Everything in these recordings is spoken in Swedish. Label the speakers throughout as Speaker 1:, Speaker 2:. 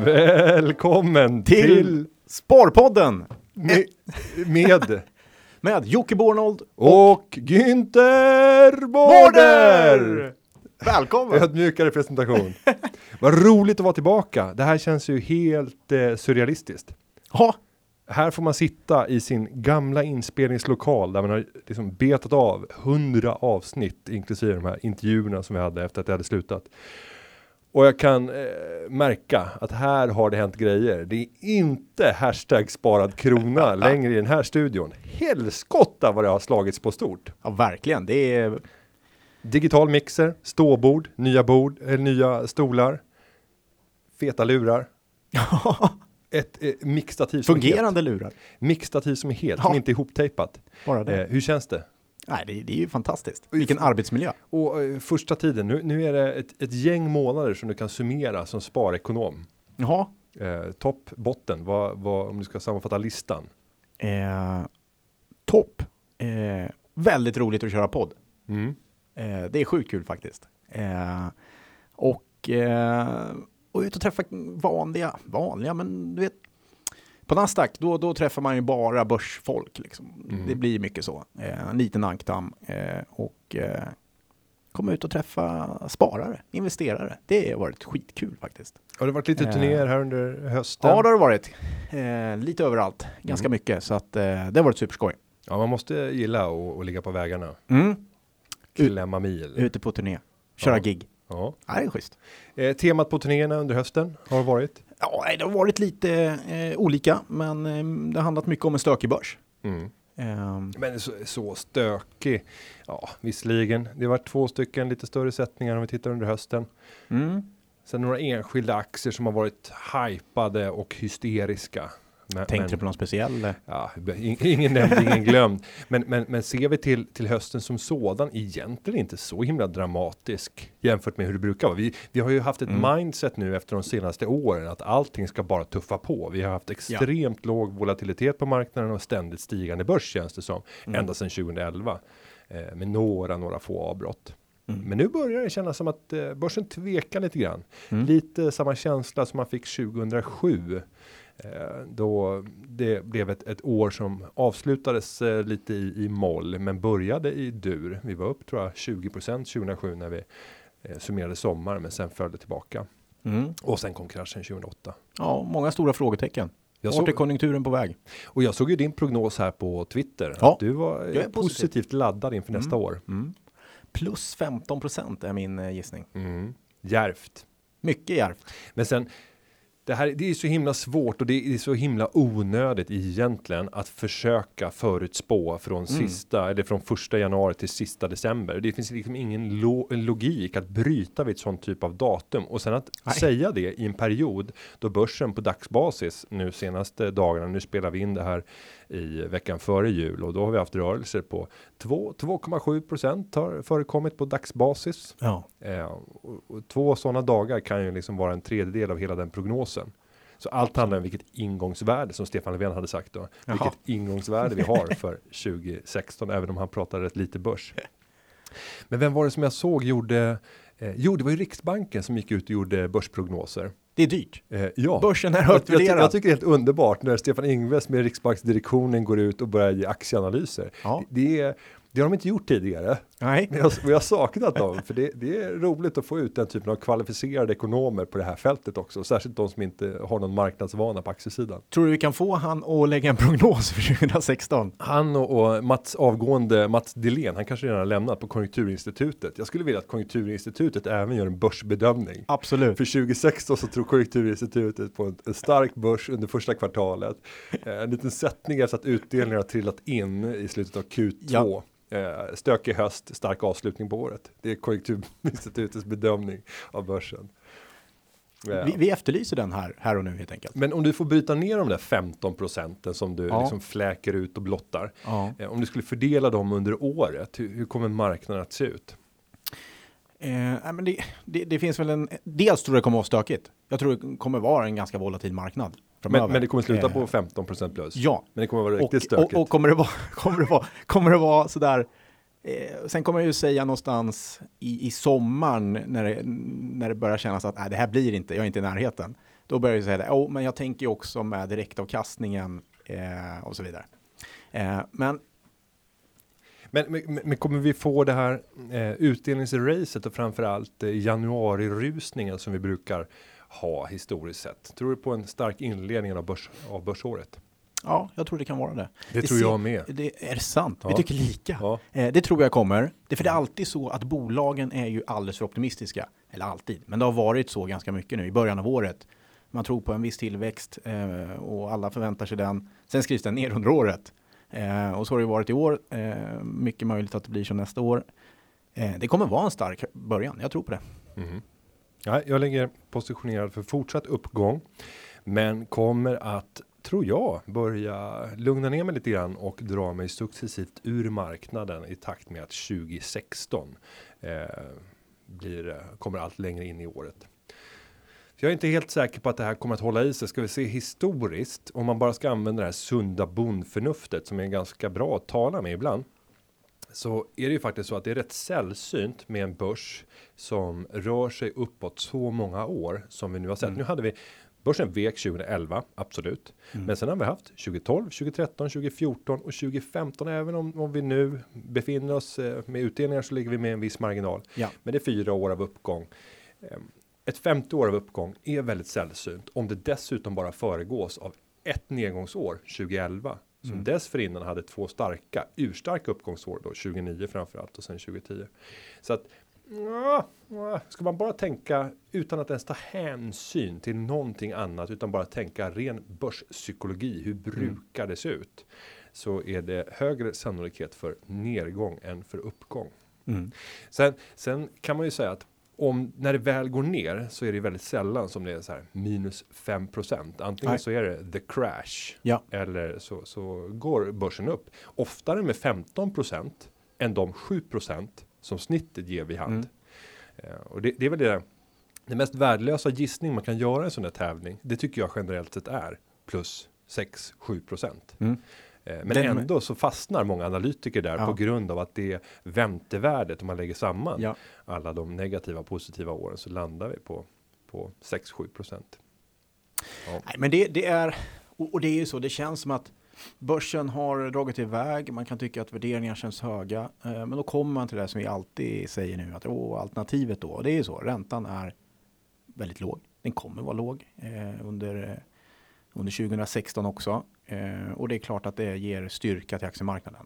Speaker 1: Välkommen till
Speaker 2: Sparpodden
Speaker 1: med
Speaker 2: Jocke Bornold
Speaker 1: och Günther Mårder.
Speaker 2: Välkommen!
Speaker 1: Ödmjukare presentation. Vad roligt att vara tillbaka. Det här känns ju helt surrealistiskt.
Speaker 2: Ja.
Speaker 1: Här får man sitta i sin gamla inspelningslokal där man har liksom betat av 100 avsnitt inklusive de här intervjuerna som vi hade efter att det hade slutat. Och jag kan märka att här har det hänt grejer. Det är inte #sparad krona längre i den här studion. Helskotta vad det har slagits på stort.
Speaker 2: Ja, verkligen. Det är
Speaker 1: digital mixer, ståbord, nya stolar, feta lurar. Ett mixtativ som
Speaker 2: fungerande
Speaker 1: är helt.
Speaker 2: Lurar.
Speaker 1: Mixtativ som är helt, som inte är ihoptejpat.
Speaker 2: Bara det.
Speaker 1: Hur känns det?
Speaker 2: Nej, det är ju fantastiskt. Vilken arbetsmiljö.
Speaker 1: Och första tiden, nu är det ett gäng månader som du kan summera som sparekonom.
Speaker 2: Jaha.
Speaker 1: Topp, botten, vad, om du ska sammanfatta listan.
Speaker 2: Topp. Väldigt roligt att köra podd.
Speaker 1: Mm.
Speaker 2: Det är sjukt kul faktiskt. Och ut och träffa vanliga, men du vet, på Nasdaq, då träffar man ju bara börsfolk. Liksom.
Speaker 1: Mm.
Speaker 2: Det blir mycket så. En liten ankdamm. Och komma ut och träffa sparare, investerare. Det har varit skitkul faktiskt.
Speaker 1: Har det varit lite turnéer här under hösten?
Speaker 2: Ja, det har det varit. Lite överallt. Ganska mycket. Så att, det har varit superskoj.
Speaker 1: Ja, man måste gilla att ligga på vägarna. Klämma mil.
Speaker 2: Ute på turné. Köra gig.
Speaker 1: Ja.
Speaker 2: Ja, det är schysst.
Speaker 1: Temat på turnéerna under hösten har varit?
Speaker 2: Ja, det har varit lite olika, men det har handlat mycket om en stökig börs.
Speaker 1: Men så stökig. Ja, visserligen. Det har varit 2 stycken lite större sättningar om vi tittar under hösten. Sen några enskilda aktier som har varit hypade och hysteriska.
Speaker 2: Tänkte du på någon speciell?
Speaker 1: Ja, ingen nämnd, ingen glömd. Men ser vi till hösten som sådan egentligen inte så himla dramatisk jämfört med hur det brukar vara. Vi har ju haft ett mindset nu efter de senaste åren att allting ska bara tuffa på. Vi har haft extremt låg volatilitet på marknaden och ständigt stigande börs känns det som. Ända sedan 2011. Med några få avbrott. Men nu börjar det kännas som att börsen tvekar lite grann. Lite samma känsla som man fick 2007. Då det blev ett år som avslutades lite i moll men började i dur. Vi var upp tror jag 20% 2007 när vi summerade sommar men sen följde tillbaka. Och sen kom kraschen 2008.
Speaker 2: Ja, många stora frågetecken. Vart är konjunkturen på väg?
Speaker 1: Och jag såg ju din prognos här på Twitter.
Speaker 2: Ja,
Speaker 1: att du var positivt laddad inför nästa år.
Speaker 2: Plus 15% är min gissning.
Speaker 1: Djärvt.
Speaker 2: Mycket djärvt.
Speaker 1: Men sen det är så himla svårt och det är så himla onödigt egentligen att försöka förutspå från från 1 januari till sista december. Det finns liksom ingen logik att bryta vid ett sånt typ av datum och sen att säga det i en period då börsen på dagsbasis nu senaste dagarna, nu spelar vi in det här i veckan före jul och då har vi haft rörelser på 2,7% har förekommit på dagsbasis.
Speaker 2: Ja.
Speaker 1: Och 2 sådana dagar kan ju liksom vara en tredjedel av hela den prognosen. Så allt handlar om vilket ingångsvärde som Stefan Löfven hade sagt då. Vilket ingångsvärde vi har för 2016 även om han pratade rätt lite börs. Men vem var det som jag såg gjorde det var ju Riksbanken som gick ut och gjorde börsprognoser.
Speaker 2: Det är dyrt.
Speaker 1: Ja.
Speaker 2: Börsen är högt värderad.
Speaker 1: Jag tycker det är helt underbart när Stefan Ingves med Riksbanksdirektionen går ut och börjar ge aktieanalyser.
Speaker 2: Ja.
Speaker 1: Det har de inte gjort tidigare.
Speaker 2: Nej.
Speaker 1: Men jag har saknat dem. För det är roligt att få ut den typen av kvalificerade ekonomer på det här fältet också. Särskilt de som inte har någon marknadsvana på aktiesidan.
Speaker 2: Tror du vi kan få han att lägga en prognos för 2016?
Speaker 1: Han och Mats Dillén, han kanske redan har lämnat på Konjunkturinstitutet. Jag skulle vilja att Konjunkturinstitutet även gör en börsbedömning.
Speaker 2: Absolut.
Speaker 1: För 2016 så tror Konjunkturinstitutet på en stark börs under första kvartalet. En liten sättning efter att utdelningar har trillat in i slutet av Q2. Ja. Stökig höst, stark avslutning på året. Det är Konjunkturinstitutets bedömning av börsen.
Speaker 2: Vi efterlyser den här och nu helt enkelt.
Speaker 1: Men om du får bryta ner de där 15% som du liksom fläker ut och blottar. Om du skulle fördela dem under året, hur kommer marknaden att se ut?
Speaker 2: Men det finns väl dels tror jag det kommer att vara stökigt. Jag tror det kommer vara en ganska volatil marknad.
Speaker 1: Men det kommer sluta på 15% plus.
Speaker 2: Ja.
Speaker 1: Men det kommer vara riktigt stökigt.
Speaker 2: Och kommer det vara sådär. Sen kommer jag ju säga någonstans i sommaren när det börjar kännas att det här blir inte, jag är inte i närheten. Då börjar jag säga det. Men jag tänker också med direktavkastningen och så vidare. Men
Speaker 1: kommer vi få det här utdelningsracet och framförallt januarirusningen som vi brukar ha historiskt sett? Tror du på en stark inledning av börsåret?
Speaker 2: Ja, jag tror det kan vara det.
Speaker 1: Det tror jag med.
Speaker 2: Det är sant.
Speaker 1: Ja.
Speaker 2: Vi tycker lika.
Speaker 1: Ja.
Speaker 2: Det tror jag kommer. För det är alltid så att bolagen är ju alldeles för optimistiska. Eller alltid. Men det har varit så ganska mycket nu i början av året. Man tror på en viss tillväxt och alla förväntar sig den. Sen skrivs den ner under året. Och så har det varit i år. Mycket möjligt att det blir så nästa år. Det kommer vara en stark början. Jag tror på det.
Speaker 1: Mm. Ja, jag lägger positionerad för fortsatt uppgång. Men kommer att, tror jag, börja lugna ner mig lite grann och dra mig successivt ur marknaden i takt med att 2016 kommer allt längre in i året. Jag är inte helt säker på att det här kommer att hålla i sig. Ska vi se historiskt, om man bara ska använda det här sunda bondförnuftet som är ganska bra att tala med ibland, så är det ju faktiskt så att det är rätt sällsynt med en börs som rör sig uppåt så många år som vi nu har sett. Nu hade vi börsen vek 2011, absolut. Men sen har vi haft 2012, 2013, 2014 och 2015. Även om vi nu befinner oss med utdelningar så ligger vi med en viss marginal.
Speaker 2: Ja.
Speaker 1: Men det är 4 år av uppgång. Ett 50 år av uppgång är väldigt sällsynt. Om det dessutom bara föregås av ett nedgångsår, 2011. Som dessförinnan hade 2 urstarka uppgångsår då, 2009 framförallt och sen 2010. Så att, ska man bara tänka utan att ens ta hänsyn till någonting annat, utan bara tänka ren börspsykologi, hur brukar det se ut? Så är det högre sannolikhet för nedgång än för uppgång. Sen kan man ju säga att när det väl går ner så är det väldigt sällan som det är så här minus 5%. Antingen så är det the crash eller så går börsen upp. Oftare med 15% än de 7% som snittet ger vid hand. Och det är väl det mest värdelösa gissning man kan göra i en sån här tävling. Det tycker jag generellt sett är plus 6-7%. Men ändå så fastnar många analytiker där på grund av att det är väntevärdet, om man lägger samman alla de negativa och positiva åren, så landar vi på 6-7%. Ja.
Speaker 2: Nej, men det är ju så, det känns som att börsen har dragit iväg, man kan tycka att värderingar känns höga, men då kommer man till det som vi alltid säger nu, att alternativet då, och det är ju så, räntan är väldigt låg, den kommer vara låg under 2016 också. Och det är klart att det ger styrka till aktiemarknaden.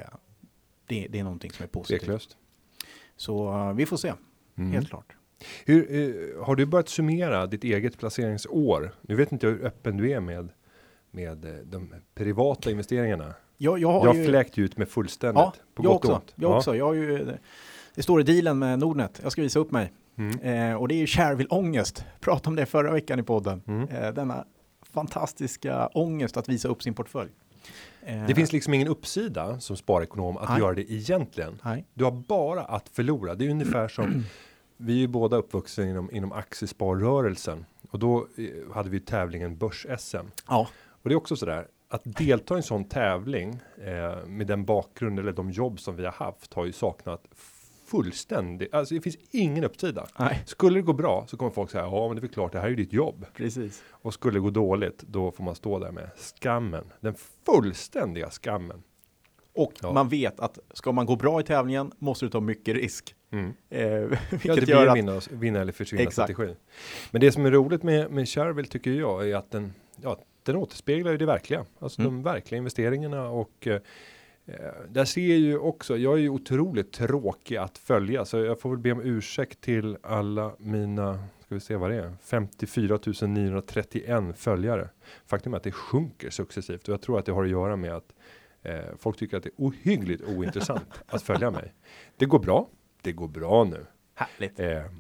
Speaker 2: Det är någonting som är positivt.
Speaker 1: Tveklöst.
Speaker 2: Så vi får se, helt klart.
Speaker 1: Har du börjat summera ditt eget placeringsår? Nu vet inte hur öppen du är med de privata investeringarna. Jag har fläkt ut med fullständigt. På gott och ont.
Speaker 2: Jag också. Jag har ju, det står i dealen med Nordnet. Jag ska visa upp mig. Och det är ju Shareville-ångest. Pratade om det förra veckan i podden. Denna fantastiska ångest att visa upp sin portfölj.
Speaker 1: Det finns liksom ingen uppsida som sparekonom att göra det egentligen.
Speaker 2: Nej.
Speaker 1: Du har bara att förlora. Det är ungefär som vi är ju båda uppvuxna inom aktiesparrörelsen. Och då hade vi tävlingen Börs-SM.
Speaker 2: Ja.
Speaker 1: Och det är också sådär, att delta i en sån tävling med den bakgrund eller de jobb som vi har haft har ju saknat fullständigt, alltså det finns ingen uppsida.
Speaker 2: Nej.
Speaker 1: Skulle det gå bra så kommer folk säga, ja men det är väl klart, det här är ju ditt jobb.
Speaker 2: Precis.
Speaker 1: Och skulle det gå dåligt, då får man stå där med skammen. Den fullständiga skammen.
Speaker 2: Och man vet att ska man gå bra i tävlingen måste du ta mycket risk.
Speaker 1: Det blir vinna eller försvinna strategi. Men det som är roligt med Shareville tycker jag är att den återspeglar ju det verkliga. Alltså de verkliga investeringarna och där ser jag ju också, jag är ju otroligt tråkig att följa, så jag får väl be om ursäkt till alla mina, ska vi se vad det är, 54 931 följare. Faktum är att det sjunker successivt och jag tror att det har att göra med att folk tycker att det är ohyggligt ointressant att följa mig. Det går bra nu.
Speaker 2: Härligt.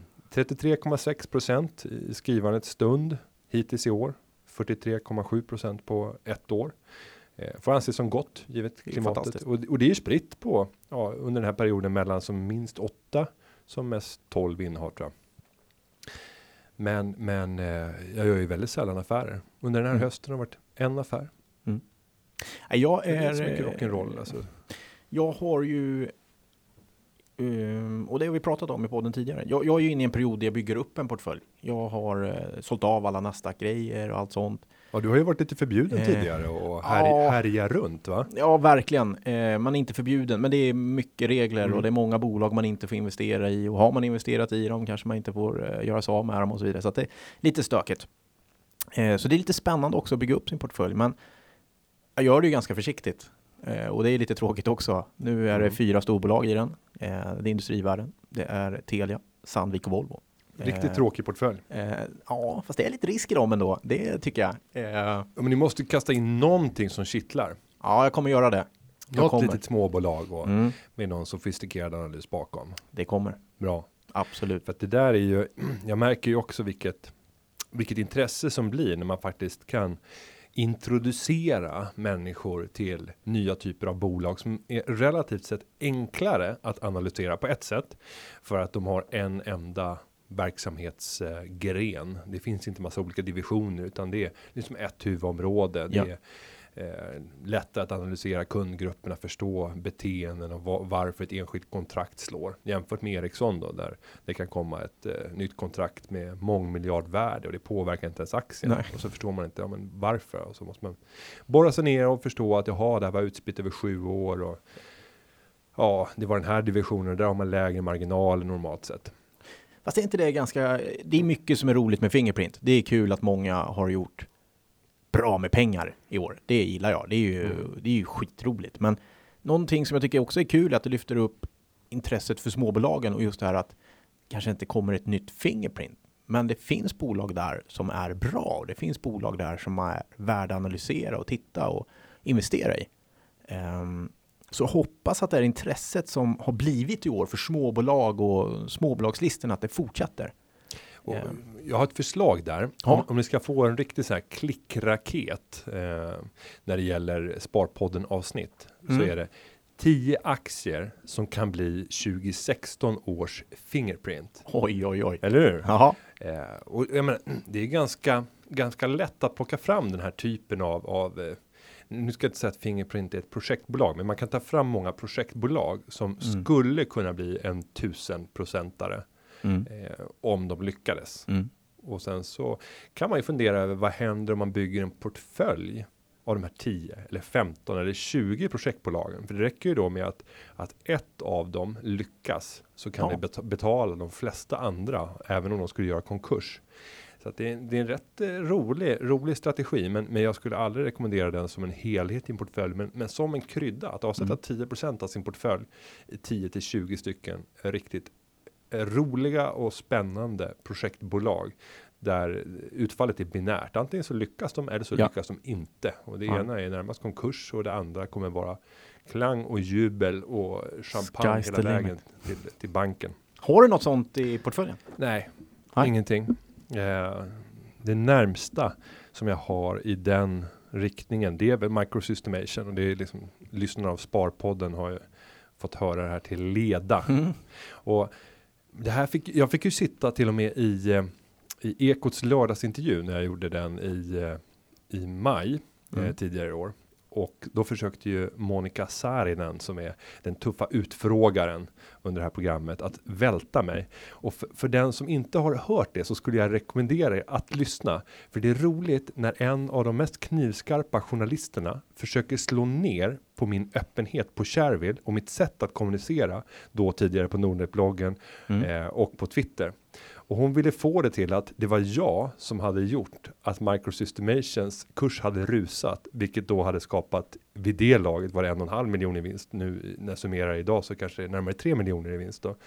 Speaker 1: 33,6% i skrivandet stund hittills i år, 43,7% på ett år. Får anses som gott givet klimatet. Och det är ju spritt på under den här perioden mellan som minst 8 som mest 12 innehav tror jag. Men jag gör ju väldigt sällan affärer. Under den här hösten har det varit en affär.
Speaker 2: Jag
Speaker 1: det är så mycket rock'n'roll alltså.
Speaker 2: Jag har ju Och det har vi pratat om i podden tidigare. Jag är ju inne i en period där jag bygger upp en portfölj. Jag har sålt av alla Nasdaq-grejer och allt sånt.
Speaker 1: Ja, du har ju varit lite förbjuden tidigare och härja runt, va?
Speaker 2: Ja, verkligen. Man är inte förbjuden, men det är mycket regler och det är många bolag man inte får investera i. Och har man investerat i dem kanske man inte får göra sig av med dem och så vidare. Så att det är lite stökigt. Så det är lite spännande också att bygga upp sin portfölj. Men jag gör det ju ganska försiktigt. Och det är lite tråkigt också. Nu är det 4 storbolag i den. Det är Industrivärden. Det är Telia, Sandvik och Volvo.
Speaker 1: Riktigt tråkig portfölj.
Speaker 2: Ja, fast det är lite risk i dem ändå. Det tycker jag.
Speaker 1: Men ni måste kasta in någonting som kittlar.
Speaker 2: Ja, jag kommer göra det.
Speaker 1: Något litet småbolag och med någon sofistikerad analys bakom.
Speaker 2: Det kommer.
Speaker 1: Bra.
Speaker 2: Absolut.
Speaker 1: För att det där är ju, jag märker ju också vilket intresse som blir när man faktiskt kan introducera människor till nya typer av bolag som är relativt sett enklare att analysera på ett sätt för att de har en enda verksamhetsgren. Det finns inte massa olika divisioner utan det är liksom ett huvudområde. Det är lättare att analysera kundgrupperna, förstå beteenden och varför ett enskilt kontrakt slår. Jämfört med Ericsson då, där det kan komma ett nytt kontrakt med mångmiljardvärde och det påverkar inte ens aktien. Nej. Och så förstår man inte varför. Och så måste man borra sig ner och förstå att det här var utspritt över 7 år och ja, det var den här divisionen, där har man lägre marginaler normalt sett.
Speaker 2: Fast är inte det det är mycket som är roligt med Fingerprint. Det är kul att många har gjort bra med pengar i år. Det gillar jag. Det är ju skitroligt. Men någonting som jag tycker också är kul är att det lyfter upp intresset för småbolagen och just det här att kanske inte kommer ett nytt Fingerprint. Men det finns bolag där som är bra. Och det finns bolag där som är värda att analysera och titta och investera i. Så hoppas att det är intresset som har blivit i år för småbolag och småbolagslistorna att det fortsätter.
Speaker 1: Och jag har ett förslag där. Om ni ska få en riktig så här klickraket när det gäller Sparpodden avsnitt så är det 10 aktier som kan bli 2016 års Fingerprint.
Speaker 2: Oj.
Speaker 1: Eller hur?
Speaker 2: Jaha.
Speaker 1: Och jag menar, det är ganska lätt att plocka fram den här typen av nu ska jag inte säga att Fingerprint är ett projektbolag, men man kan ta fram många projektbolag som skulle kunna bli en 1000-procentare. Om de lyckades. Och sen så kan man ju fundera över vad händer om man bygger en portfölj av de här 10 eller 15 eller 20 projektbolagen. För det räcker ju då med att ett av dem lyckas så kan det betala de flesta andra även om de skulle göra konkurs. Så att det är en rätt rolig strategi men jag skulle aldrig rekommendera den som en helhet i en portfölj men som en krydda att avsätta 10% av sin portfölj i 10-20 stycken riktigt roliga och spännande projektbolag där utfallet är binärt. Antingen så lyckas de eller så lyckas de inte. Och det ena är närmast konkurs och det andra kommer vara klang och jubel och champagne hela vägen till banken.
Speaker 2: Har du något sånt i portföljen?
Speaker 1: Nej. Ingenting. Det närmsta som jag har i den riktningen det är väl Microsystemation och det är liksom lyssnarna av Sparpodden har ju fått höra det här till leda. Och det här jag fick ju sitta till och med i Ekots lördagsintervju när jag gjorde den i maj tidigare i år. Och då försökte ju Monica Saarinen som är den tuffa utfrågaren under det här programmet att välta mig. Och för den som inte har hört det så skulle jag rekommendera er att lyssna. För det är roligt när en av de mest knivskarpa journalisterna försöker slå ner på min öppenhet på Shareville och mitt sätt att kommunicera då tidigare på Nordnet-bloggen och på Twitter. Och hon ville få det till att det var jag som hade gjort att Microsystemations kurs hade rusat. Vilket då hade skapat, vid det laget var det 1,5 miljon i vinst. Nu när jag summerar idag så kanske det är närmare 3 miljoner i vinst då.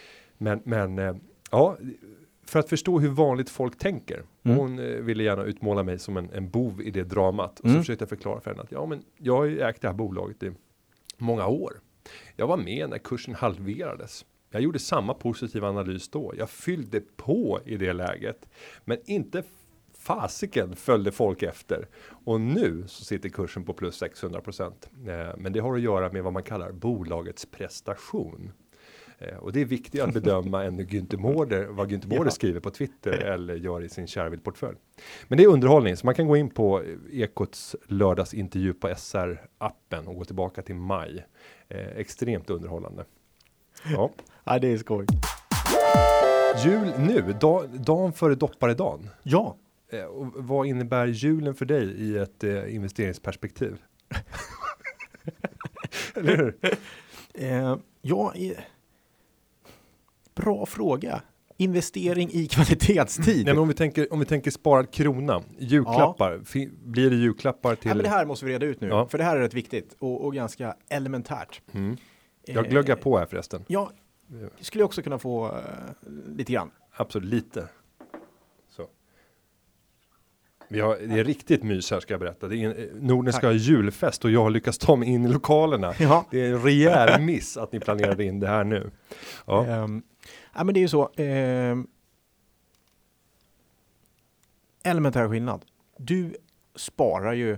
Speaker 1: Men ja, för att förstå hur vanligt folk tänker. Hon ville gärna utmåla mig som en bov i det dramat. Och så försökte jag förklara för henne att men jag har ju ägt det här bolaget i många år. Jag var med när kursen halverades. Jag gjorde samma positiva analys då. Jag fyllde på i det läget. Men inte fasiken följde folk efter. Och nu så sitter kursen på plus 600%. Men det har att göra med vad man kallar bolagets prestation. Och det är viktigt att bedöma vad Günther Mårder skriver på Twitter eller gör i sin Shareville-portfölj. Men det är underhållning, så man kan gå in på Ekots lördagsintervju på SR-appen och gå tillbaka till maj. Extremt underhållande. Ja.
Speaker 2: Ja, det är skoj.
Speaker 1: Jul nu, dagen före dopparedagen.
Speaker 2: Ja.
Speaker 1: Och vad innebär julen för dig i ett investeringsperspektiv? Eller hur?
Speaker 2: Bra fråga. Investering i kvalitetstid.
Speaker 1: Nej, men om vi tänker sparad krona, julklappar, blir det julklappar till...
Speaker 2: Ja, men det här måste vi reda ut nu,
Speaker 1: Ja.
Speaker 2: för det här är rätt viktigt och ganska elementärt.
Speaker 1: Jag glöggar på här förresten.
Speaker 2: Ja, skulle jag också kunna få lite grann.
Speaker 1: Absolut, lite. Så. Det är riktigt mys här, ska jag berätta. Norden ska ha julfest och jag har lyckats ta mig in i lokalerna.
Speaker 2: Ja.
Speaker 1: Det är en rejäl miss att ni planerade in det här nu. Ja.
Speaker 2: Ja, men det är ju så. Elementär skillnad. Du sparar ju.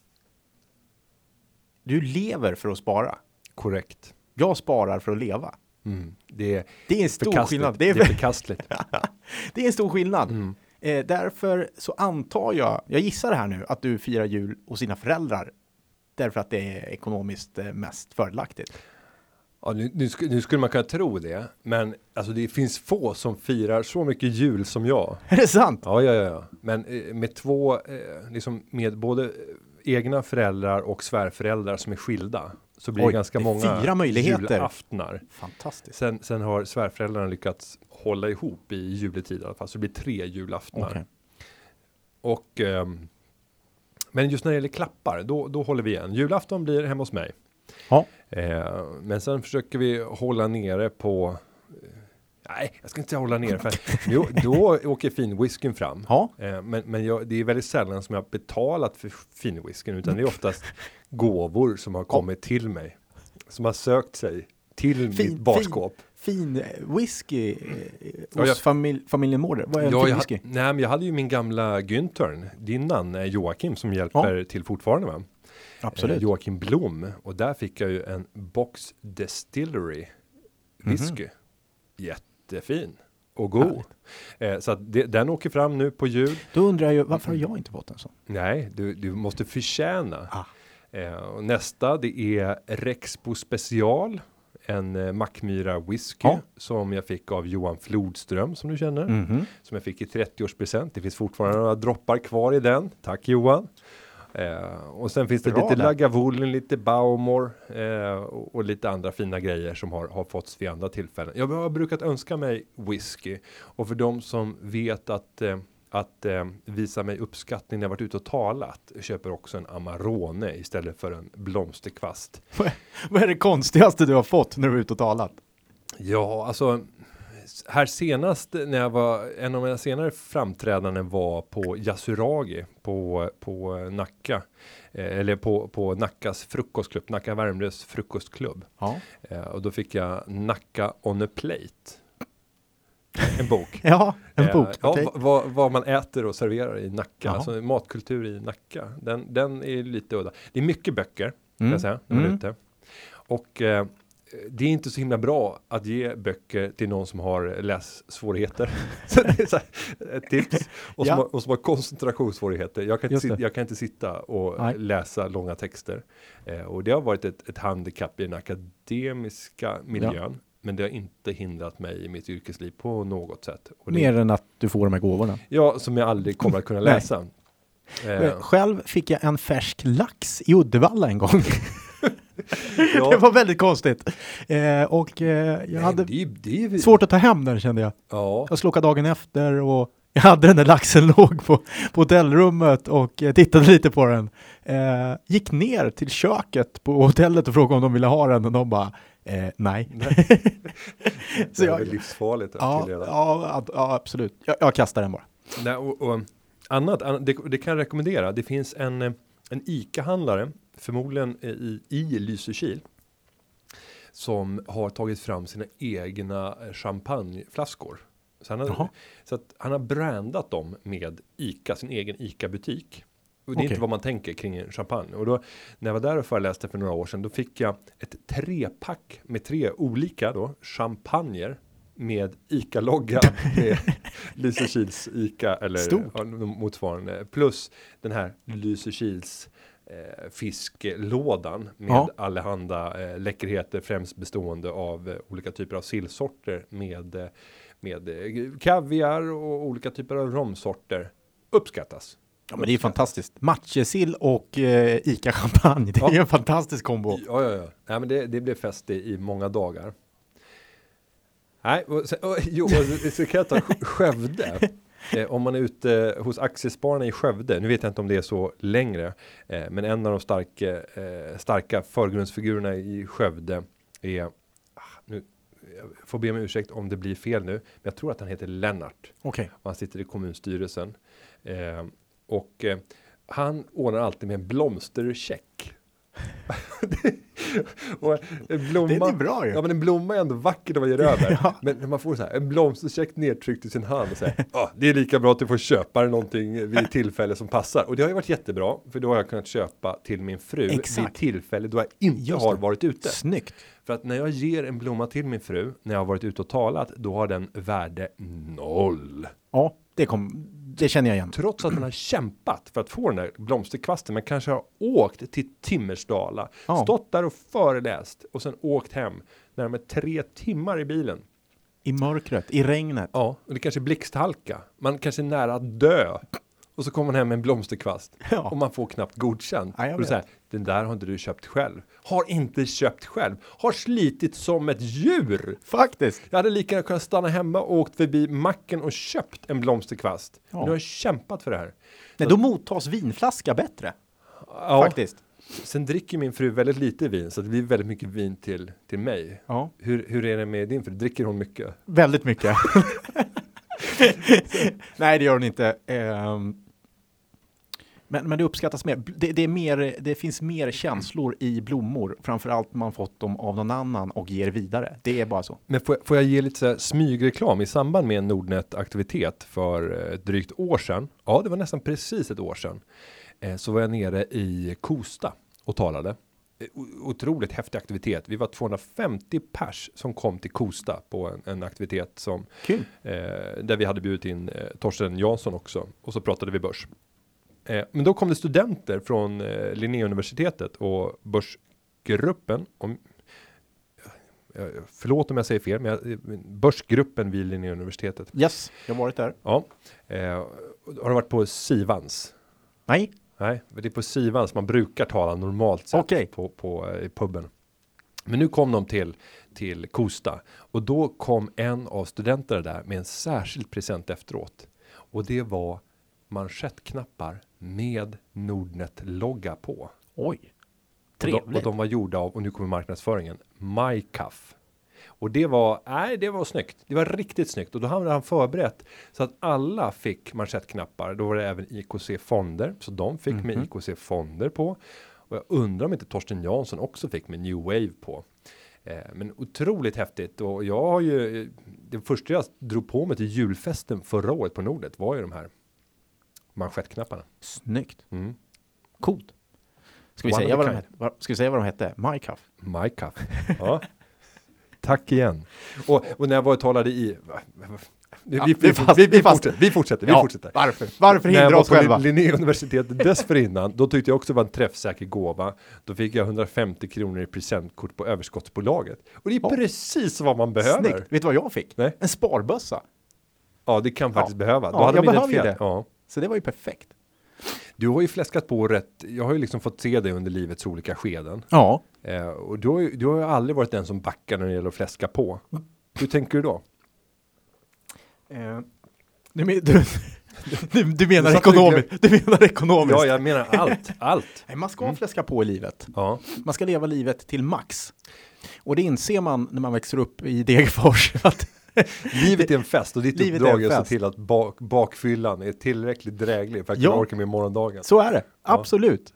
Speaker 2: Du lever för att spara.
Speaker 1: Korrekt.
Speaker 2: Jag sparar för att leva.
Speaker 1: Det är
Speaker 2: en stor skillnad.
Speaker 1: Det är förkastligt.
Speaker 2: Det är en stor skillnad.
Speaker 1: Mm.
Speaker 2: Därför så antar jag gissar det här nu, att du firar jul hos sina föräldrar. Därför att det är ekonomiskt mest fördelaktigt.
Speaker 1: Ja, nu skulle man kunna tro det, men alltså det finns få som firar så mycket jul som jag.
Speaker 2: Är det sant?
Speaker 1: Ja. Men med liksom med både egna föräldrar och svärföräldrar som är skilda, så blir det ganska många
Speaker 2: 4 möjligheter.
Speaker 1: Julaftnar.
Speaker 2: Fantastiskt.
Speaker 1: Sen har svärföräldrarna lyckats hålla ihop i juletid i alla fall, så det blir 3 julaftnar.
Speaker 2: Okay.
Speaker 1: Och men just när det gäller klappar, då håller vi igen. Julafton blir hemma hos mig.
Speaker 2: Ja.
Speaker 1: Men sen försöker vi hålla nere på... nej, jag ska inte hålla nere. För då åker finwhiskyn fram.
Speaker 2: Ja.
Speaker 1: Men det är väldigt sällan som jag har betalat för finwhiskyn. Utan det är oftast gåvor som har kommit till mig. Som har sökt sig till mitt barskåp.
Speaker 2: Fin whisky hos familjen Mårder. Vad är fin whisky?
Speaker 1: Men jag hade ju min gamla Günther, dinnan Joakim, som hjälper till fortfarande, va?
Speaker 2: Absolut.
Speaker 1: Joakim Blom, och där fick jag ju en Box Distillery whisky. Jättefin och god. Så att den åker fram nu på jul.
Speaker 2: Då undrar jag ju, varför har jag inte fått en sån?
Speaker 1: Nej, du måste förtjäna. Och nästa, det är Rexbo Special, en Mackmyra whisky som jag fick av Johan Flodström, som du känner. Som jag fick i 30-årspresent. Det finns fortfarande några droppar kvar i den. Tack Johan. Och sen finns det lite Lagavulin, lite Baumor och lite andra fina grejer som har fått vid andra tillfällen. Jag har brukat önska mig whisky, och för de som vet att visa mig uppskattning när jag varit ute och talat, köper också en Amarone istället för en blomsterkvast.
Speaker 2: Vad är det konstigaste du har fått när du är ute och talat?
Speaker 1: Ja, alltså här senast när jag var, en av mina senare framträdanden var på Yasuragi på Nacka, eller på Nackas frukostklubb, Nacka Värmlös frukostklubb. Och då fick jag Nacka on a plate. En bok.
Speaker 2: Ja, en bok.
Speaker 1: Okay. Vad man äter och serverar i Nacka. Alltså matkultur i Nacka. Den är lite udda. Det är mycket böcker, kan jag säga, när man är ute. Och det är inte så himla bra att ge böcker till någon som har lässvårigheter. Så det är så här, ett tips. Och som har koncentrationssvårigheter. Jag kan inte sitta och läsa långa texter. Och det har varit ett handikapp i den akademiska miljön. Men det har inte hindrat mig i mitt yrkesliv på något sätt. Och
Speaker 2: mer än att du får de här gåvorna.
Speaker 1: Ja, som jag aldrig kommer att kunna läsa.
Speaker 2: Själv fick jag en färsk lax i Uddevalla en gång. Det var väldigt konstigt. Jag hade svårt att ta hem den, kände jag. Jag slokade dagen efter och jag hade den där laxen låg på hotellrummet och tittade lite på den. Gick ner till köket på hotellet och frågade om de ville ha den, och de bara nej.
Speaker 1: Så det är livsfarligt.
Speaker 2: Ja, absolut. Jag kastar den bara.
Speaker 1: Nej, och annat, det kan jag rekommendera. Det finns en ICA-handlare, förmodligen i Lysekil, som har tagit fram sina egna champagneflaskor. Så att han har brandat dem med ICA, sin egen ICA-butik. Och det är inte vad man tänker kring en champagne. Och då, när jag var där och föreläste för några år sedan, då fick jag ett 3-pack med 3 olika champagner med ICA-logga med Lysekils ICA eller motsvarande. Plus den här Lysekils fisklådan med allehanda läckerheter, främst bestående av olika typer av sillsorter med kaviar och olika typer av romsorter. Uppskattas.
Speaker 2: Ja, men det är fantastiskt. Matjessill och Ica-champagne. Det är en fantastisk kombo.
Speaker 1: Ja. Nej, men det blev fest i många dagar. Nej, så kan jag ta Skövde. Om man är ute hos Aktiespararna i Skövde, nu vet jag inte om det är så längre, men en av de starka förgrundsfigurerna i Skövde är, nu jag får be om ursäkt om det blir fel nu, men jag tror att han heter Lennart.
Speaker 2: Okej.
Speaker 1: Han sitter i kommunstyrelsen. Och han ordnar alltid med en blomstercheck. Och en blomma,
Speaker 2: det är bra ju.
Speaker 1: Ja, men en blomma är ändå vackert att man ger över. Men när man får så här, en blomstercheck nedtryckt i sin hand och säger, det är lika bra att du får köpa någonting vid tillfälle som passar. Och det har ju varit jättebra, för då har jag kunnat köpa till min fru vid tillfälle då jag inte har varit ute.
Speaker 2: Snyggt.
Speaker 1: För att när jag ger en blomma till min fru, när jag har varit ute och talat, då har den värde 0.
Speaker 2: Ja, det känner jag igen.
Speaker 1: Trots att man har kämpat för att få den där blomsterkvasten. Man kanske har åkt till Timmersdala, stått där och föreläst och sen åkt hem närmare 3 timmar i bilen.
Speaker 2: I mörkret, i regnet.
Speaker 1: Ja, och det kanske är blixthalka. Man kanske är nära att dö. Och så kommer man hem med en blomsterkvast. Och man får knappt godkänt.
Speaker 2: Ja,
Speaker 1: och så här, den där har inte du köpt själv. Har inte köpt själv. Har slitit som ett djur.
Speaker 2: Faktiskt.
Speaker 1: Jag hade lika gärna kunnat stanna hemma och åkt förbi macken och köpt en blomsterkvast. Men nu har jag kämpat för det här.
Speaker 2: Nej, då mottas vinflaska bättre.
Speaker 1: Ja.
Speaker 2: Faktiskt.
Speaker 1: Sen dricker min fru väldigt lite vin, så det blir väldigt mycket vin till mig.
Speaker 2: Ja.
Speaker 1: Hur är det med din fru? Dricker hon mycket?
Speaker 2: Väldigt mycket. Nej, det gör hon inte. Men det uppskattas mer. Det finns mer känslor i blommor. Framförallt man fått dem av någon annan och ger vidare. Det är bara så.
Speaker 1: Men får jag ge lite så här smygreklam i samband med en Nordnet-aktivitet för drygt år sedan. Ja, det var nästan precis ett år sedan. Så var jag nere i Kosta och talade. Otroligt häftig aktivitet. Vi var 250 pers som kom till Kosta på en aktivitet som där vi hade bjudit in Torsten Jansson också. Och så pratade vi börs. Men då kom det studenter från Linnéuniversitetet och börsgruppen. Förlåt om jag säger fel, men börsgruppen vid Linnéuniversitetet.
Speaker 2: Yes, jag har varit där.
Speaker 1: Ja. Har du varit på Sivans?
Speaker 2: Nej,
Speaker 1: det är på Sivans man brukar tala normalt sett på i puben. Men nu kom de till Kosta och då kom en av studenterna där med en särskild present efteråt. Och det var manschettknappar med Nordnet-logga på.
Speaker 2: Oj, trevligt.
Speaker 1: Och de var gjorda av, och nu kommer marknadsföringen, MyCaff. Och det var snyggt. Det var riktigt snyggt. Och då hade han förberett så att alla fick manschettknappar. Då var det även IKC-fonder. Så de fick med IKC-fonder på. Och jag undrar om inte Torsten Jansson också fick med New Wave på. Men otroligt häftigt. Och jag har ju, det första jag drog på mig till julfesten förra året på Nordnet var ju de här manschettknapparna.
Speaker 2: Snyggt. Coolt. Ska vi säga vad de hette? MyCaff.
Speaker 1: MyCaff. Ja. Tack igen. Och när jag var och talade i... Vi fortsätter.
Speaker 2: Varför hindra oss själva?
Speaker 1: Linnéuniversitetet dessförinnan, då tyckte jag också det var en träffsäker gåva. Då fick jag 150 kronor i presentkort på överskottsbolaget. Och det är precis vad man behöver.
Speaker 2: Snyggt. Vet du vad jag fick? Nej. En sparbössa.
Speaker 1: Ja, det kan faktiskt behöva. Då
Speaker 2: hade
Speaker 1: jag
Speaker 2: behöver ju det.
Speaker 1: Ja.
Speaker 2: Så det var ju perfekt.
Speaker 1: Du har ju fläskat på rätt. Jag har ju liksom fått se dig under livets olika skeden.
Speaker 2: Ja.
Speaker 1: Och du har ju aldrig varit den som backar när det gäller att fläska på. Hur tänker du då?
Speaker 2: Du menar ekonomiskt. Du menar ekonomiskt.
Speaker 1: Ja, jag menar allt.
Speaker 2: Nej, man ska fläska på i livet.
Speaker 1: Ja.
Speaker 2: Man ska leva livet till max. Och det inser man när man växer upp i Degerfors. Att
Speaker 1: livet är en fest och ditt uppdrag är att se till att bakfyllan är tillräckligt dräglig för att kunna orka med morgondagen.
Speaker 2: Så är det, absolut.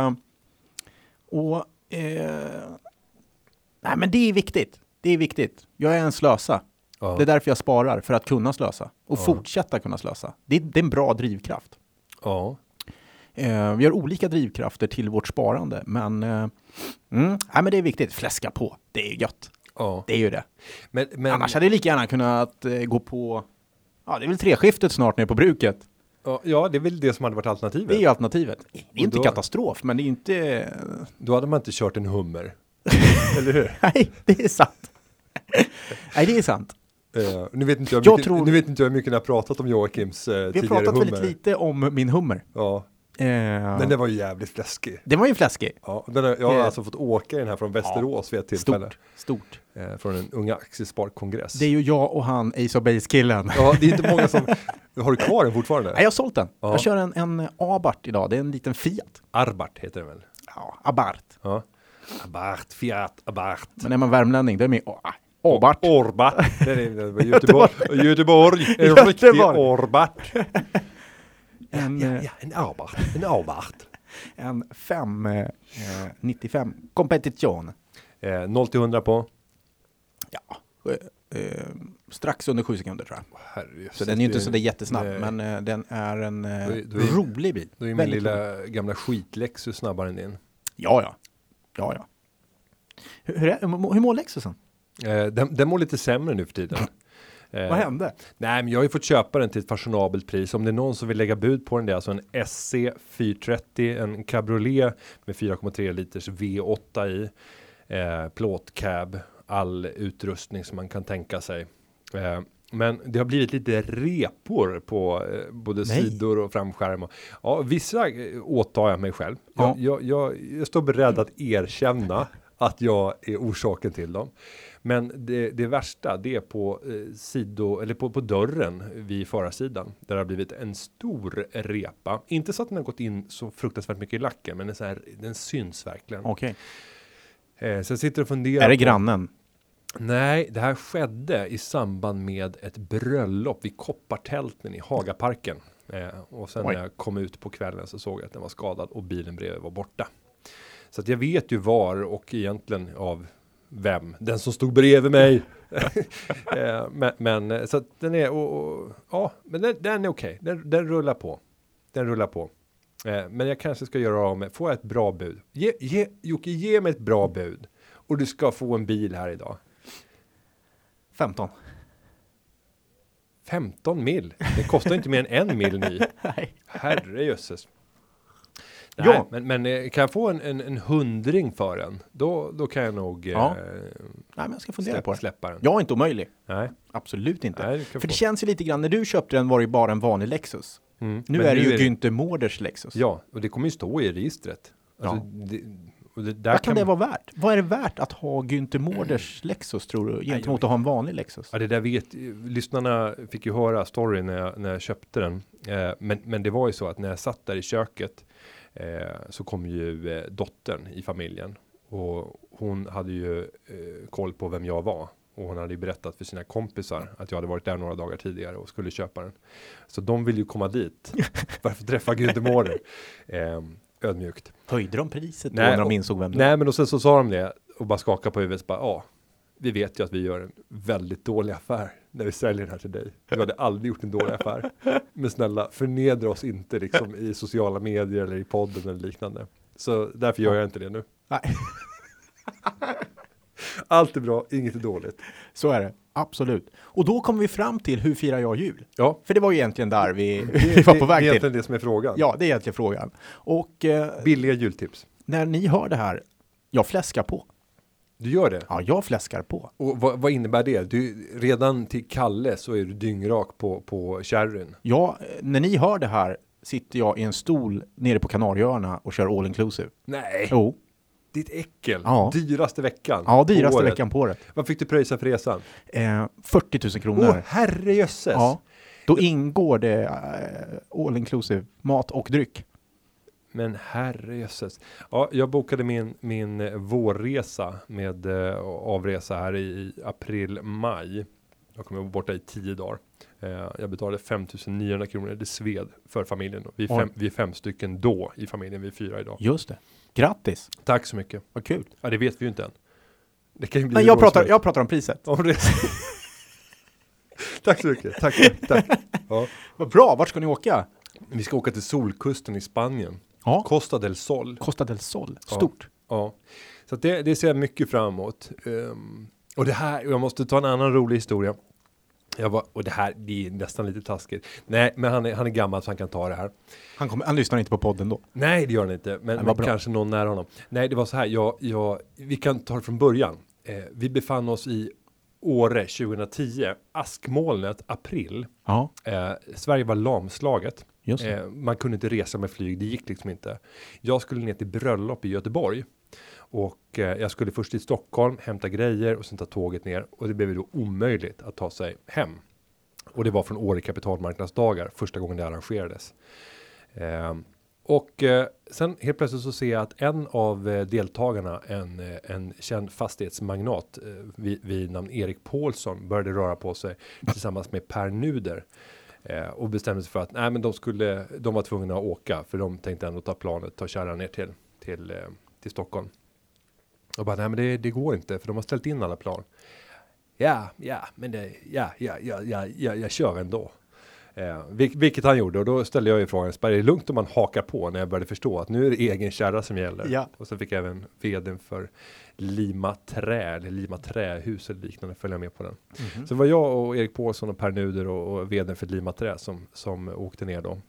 Speaker 2: Nej, men det är viktigt. Jag är en slösa. Ja. Det är därför jag sparar, för att kunna slösa. Och fortsätta kunna slösa. Det är en bra drivkraft.
Speaker 1: Ja.
Speaker 2: Vi har olika drivkrafter till vårt sparande. Men, men det är viktigt. Fläska på, det är gött.
Speaker 1: Ja.
Speaker 2: Det är ju det.
Speaker 1: Men
Speaker 2: annars hade jag lika gärna kunnat gå på... Ja, det är väl 3-skiftet snart nere på bruket.
Speaker 1: Ja, det är väl det som hade varit alternativet.
Speaker 2: Det är ju alternativet. Det är inte
Speaker 1: då,
Speaker 2: katastrof, men det är inte...
Speaker 1: Då hade man inte kört en hummer. Eller hur?
Speaker 2: Nej, det är sant. Nej, det är sant.
Speaker 1: Nu vet inte jag hur mycket ni har pratat om Joakims tidigare hummer.
Speaker 2: Vi har pratat väldigt lite om min hummer.
Speaker 1: Ja. Men den var ju jävligt fläskig.
Speaker 2: Den var ju fläskig.
Speaker 1: Ja, jag har alltså fått åka den här från Västerås vid ett tillfälle.
Speaker 2: Stort.
Speaker 1: Från en unga aktiesparkongress.
Speaker 2: Det är ju jag och han, Ace of Base-killen.
Speaker 1: Ja, det är inte många som... Har du kvar den fortfarande?
Speaker 2: Nej, jag har sålt den.
Speaker 1: Ja.
Speaker 2: Jag kör en Abarth idag. Det är en liten Fiat.
Speaker 1: Arbart heter den väl?
Speaker 2: Ja, Abarth.
Speaker 1: Ja. Abarth, Fiat, Abarth.
Speaker 2: Men är man värmlänning, det är med Abarth.
Speaker 1: Orbat. Det är Göteborg. En riktig Orbat. En Abarth.
Speaker 2: En 595 Competition.
Speaker 1: 0-100 på?
Speaker 2: Ja, strax under 7 sekunder tror jag.
Speaker 1: Herregud,
Speaker 2: så den är ju inte så där jättesnabb, men den är en rolig bil.
Speaker 1: Då är min lilla gamla skitlexus snabbare än din.
Speaker 2: Ja. Hur mår Lexusen?
Speaker 1: Den mår lite sämre nu för tiden.
Speaker 2: Vad hände?
Speaker 1: Nej, men jag har ju fått köpa den till ett fashionabelt pris. Om det är någon som vill lägga bud på den, det är alltså en SC 430, en cabriolet med 4,3 liters V8 i, plåtcab, all utrustning som man kan tänka sig. Men det har blivit lite repor på både sidor och framskärm. Ja, vissa åtar jag mig själv.
Speaker 2: Ja.
Speaker 1: Jag står beredd att erkänna att jag är orsaken till dem. Men det värsta, det är på eller på dörren vid förarsidan. Där det har blivit en stor repa. Inte så att den har gått in så fruktansvärt mycket i lacken, men den syns verkligen.
Speaker 2: Okej.
Speaker 1: Så jag sitter och funderar.
Speaker 2: Är det grannen?
Speaker 1: Nej, det här skedde i samband med ett bröllop vid Koppartälten i Hagaparken. Och sen när jag kom ut på kvällen så såg jag att den var skadad och bilen bredvid var borta. Så att jag vet ju var och egentligen av vem. Den som stod bredvid mig. men så att den är men den är okej. Den rullar på. Men jag kanske ska göra av med. Får jag ett bra bud? Jocke, ge mig ett bra bud. Och du ska få en bil här idag.
Speaker 2: 15.
Speaker 1: 15 mil? Det kostar inte mer än 1 mil ny.
Speaker 2: Nej.
Speaker 1: Herrejösses.
Speaker 2: Ja.
Speaker 1: Men kan jag få en 100 för den? Då kan jag nog
Speaker 2: Nej, men jag ska fundera på det.
Speaker 1: Släppa den.
Speaker 2: Jag är inte omöjlig.
Speaker 1: Nej.
Speaker 2: Absolut inte.
Speaker 1: Nej,
Speaker 2: för det känns ju lite grann, när du köpte den var det ju bara en vanlig Lexus. Nu är det ju Günther Mårders Lexus.
Speaker 1: Ja, och det kommer ju stå i registret. Alltså,
Speaker 2: vad kan det vara värt? Vad är det värt att ha Günther Mårders Lexus, tror du, gentemot att ha en vanlig Lexus?
Speaker 1: Ja, det där lyssnarna fick ju höra storyn när jag köpte den. Men det var ju så att när jag satt där i köket så kom ju dottern i familjen. Och hon hade ju koll på vem jag var. Och hon hade ju berättat för sina kompisar att jag hade varit där några dagar tidigare och skulle köpa den. Så de vill ju komma dit för att träffa Günther Mårder. Ödmjukt.
Speaker 2: Höjde de priset när de insåg vem det var?
Speaker 1: Nej, men och sen så sa de det och bara skakade på huvudet. Bara, vi vet ju att vi gör en väldigt dålig affär när vi säljer den här till dig. Vi hade aldrig gjort en dålig affär. Men snälla, förnedra oss inte liksom i sociala medier eller i podden eller liknande. Så därför gör jag inte det nu.
Speaker 2: Nej.
Speaker 1: Allt är bra, inget är dåligt.
Speaker 2: Så är det, absolut. Och då kommer vi fram till, hur firar jag jul?
Speaker 1: Ja.
Speaker 2: För det var ju egentligen där vi var på väg till.
Speaker 1: Det är egentligen det som är frågan.
Speaker 2: Ja, det är egentligen frågan. Och
Speaker 1: billiga jultips.
Speaker 2: När ni hör det här, jag fläskar på.
Speaker 1: Du gör det?
Speaker 2: Ja, jag fläskar på.
Speaker 1: Och vad innebär det? Du, redan till Kalle så är du dyngrak på kärryn.
Speaker 2: Ja, när ni hör det här sitter jag i en stol nere på Kanarieöarna och kör all inclusive.
Speaker 1: Nej.
Speaker 2: Jo.
Speaker 1: Ditt äckel.
Speaker 2: Ja.
Speaker 1: Dyraste veckan.
Speaker 2: Ja, dyraste veckan på året.
Speaker 1: Vad fick du pröjsa för resan?
Speaker 2: 40 000 kronor.
Speaker 1: Herrejösses.
Speaker 2: Ja. Då ingår det all inclusive mat och dryck.
Speaker 1: Men herrejösses. Ja, jag bokade min vårresa med avresa här i april-maj. Jag kommer borta i 10 dagar. Jag betalade 5 900 kronor. Det sved för familjen. Vi är 5 stycken då i familjen. Vi är 4 idag.
Speaker 2: Just det. Grattis.
Speaker 1: Tack så mycket.
Speaker 2: Vad kul.
Speaker 1: Ja, det vet vi ju inte än. Det kan ju bli.
Speaker 2: Nej, jag pratar om priset.
Speaker 1: Tack så mycket. Tack. Ja.
Speaker 2: Vad bra. Vart ska ni åka?
Speaker 1: Vi ska åka till solkusten i Spanien.
Speaker 2: Ja.
Speaker 1: Costa del Sol.
Speaker 2: Costa del Sol. Stort.
Speaker 1: Ja. Så att det ser jag mycket fram emot. Och det här, jag måste ta en annan rolig historia. Och det här, det är nästan lite taskigt. Nej, men han är gammal så han kan ta det här.
Speaker 2: Han lyssnar inte på podden då?
Speaker 1: Nej, det gör han inte. Men kanske någon nära honom. Nej, det var så här. Vi kan ta det från början. Vi befann oss i Åre 2010. Askmolnet, april.
Speaker 2: Ja.
Speaker 1: Sverige var lamslaget.
Speaker 2: Just det.
Speaker 1: Man kunde inte resa med flyg. Det gick liksom inte. Jag skulle ner till bröllop i Göteborg. Och jag skulle först till Stockholm, hämta grejer och sen ta tåget ner. Och det blev då omöjligt att ta sig hem. Och det var från Åre kapitalmarknadsdagar, första gången det arrangerades. Sen helt plötsligt så ser jag att en av deltagarna, en känd fastighetsmagnat vid namn Erik Paulsson, började röra på sig tillsammans med Per Nuder. Och bestämde sig för att nej, men de var tvungna att åka, för de tänkte ändå ta planet, ta kärran ner till Stockholm. Och bara, nej men det går inte, för de har ställt in alla plan. Jag kör ändå. Vilket han gjorde, och då ställde jag ju frågan, är det lugnt om man hakar på, när jag började förstå att nu är det egen kärra som gäller.
Speaker 2: Ja.
Speaker 1: Och så fick jag även vdn för Lima Trähus eller liknande följa med på den. Så det var jag och Erik Paulsson och Per Nuder och vdn för Lima Trä som åkte ner då.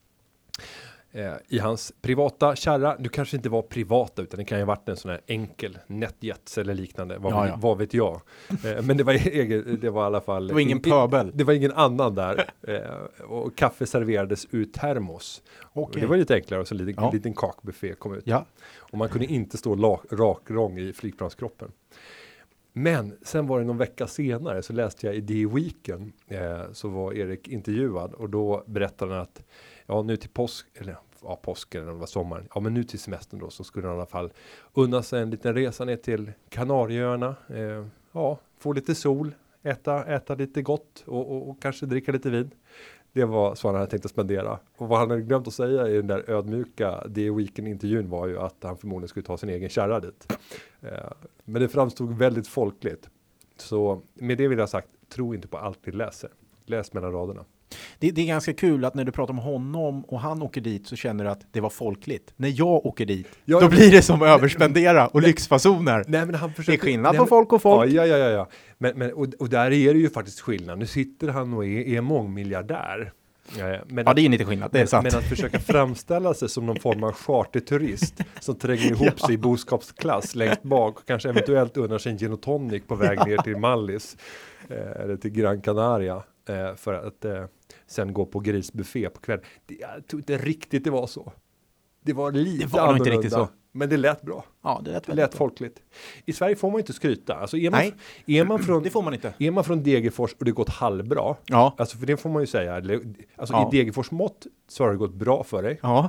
Speaker 1: I hans privata kärra. Du kanske inte var privata, utan det kan ju ha varit en sån här enkel NetJets eller liknande. Vad vet jag. Men det var i alla fall.
Speaker 2: Det var ingen pöbel.
Speaker 1: Det var ingen annan där. Och kaffe serverades ur termos. Okay. Det var lite enklare, och så en liten kakbuffé kom ut. Ja. Och man kunde inte stå rakrång i flygplanskroppen. Men sen var det någon vecka senare så läste jag i The Weekend, så var Erik intervjuad, och då berättade han att nu till påsken eller det var sommaren. Ja, men nu till semestern då så skulle han i alla fall unna sig en liten resa ner till Kanarieöarna. Få lite sol, äta lite gott och kanske dricka lite vin. Det var så han hade tänkt att spendera. Och vad han hade glömt att säga i den där ödmjuka The Weekend-intervjun var ju att han förmodligen skulle ta sin egen kärra dit. Men det framstod väldigt folkligt. Så med det vill jag ha sagt, tro inte på allt ni läser. Läs mellan raderna.
Speaker 2: Det är ganska kul att när du pratar om honom och han åker dit så känner du att det var folkligt. När jag åker dit, då blir det som överspendera och lyxfasoner.
Speaker 1: Nej, men
Speaker 2: det är skillnad på folk och folk.
Speaker 1: Ja. Men där är det ju faktiskt skillnad. Nu sitter han och är mångmiljardär.
Speaker 2: Det är inte skillnad, det är sant.
Speaker 1: Men att försöka framställa sig som någon form av charterturist som tränger ihop sig i boskapsklass längst bak och kanske eventuellt unnar sig en gin och tonic på väg ner till Mallis eller till Gran Canaria för att sen gå på grisbuffé på kvällen. Jag tror inte riktigt det var så. Det var lite annorlunda, inte riktigt så. Men det lät bra.
Speaker 2: Ja, det lät
Speaker 1: folkligt. I Sverige får man inte skryta. Alltså är man från,
Speaker 2: det får man inte.
Speaker 1: Är man från Degerfors och det gått halvbra.
Speaker 2: Ja.
Speaker 1: Alltså för det får man ju säga. Alltså i Degerfors mått så har det gått bra för dig.
Speaker 2: Ja.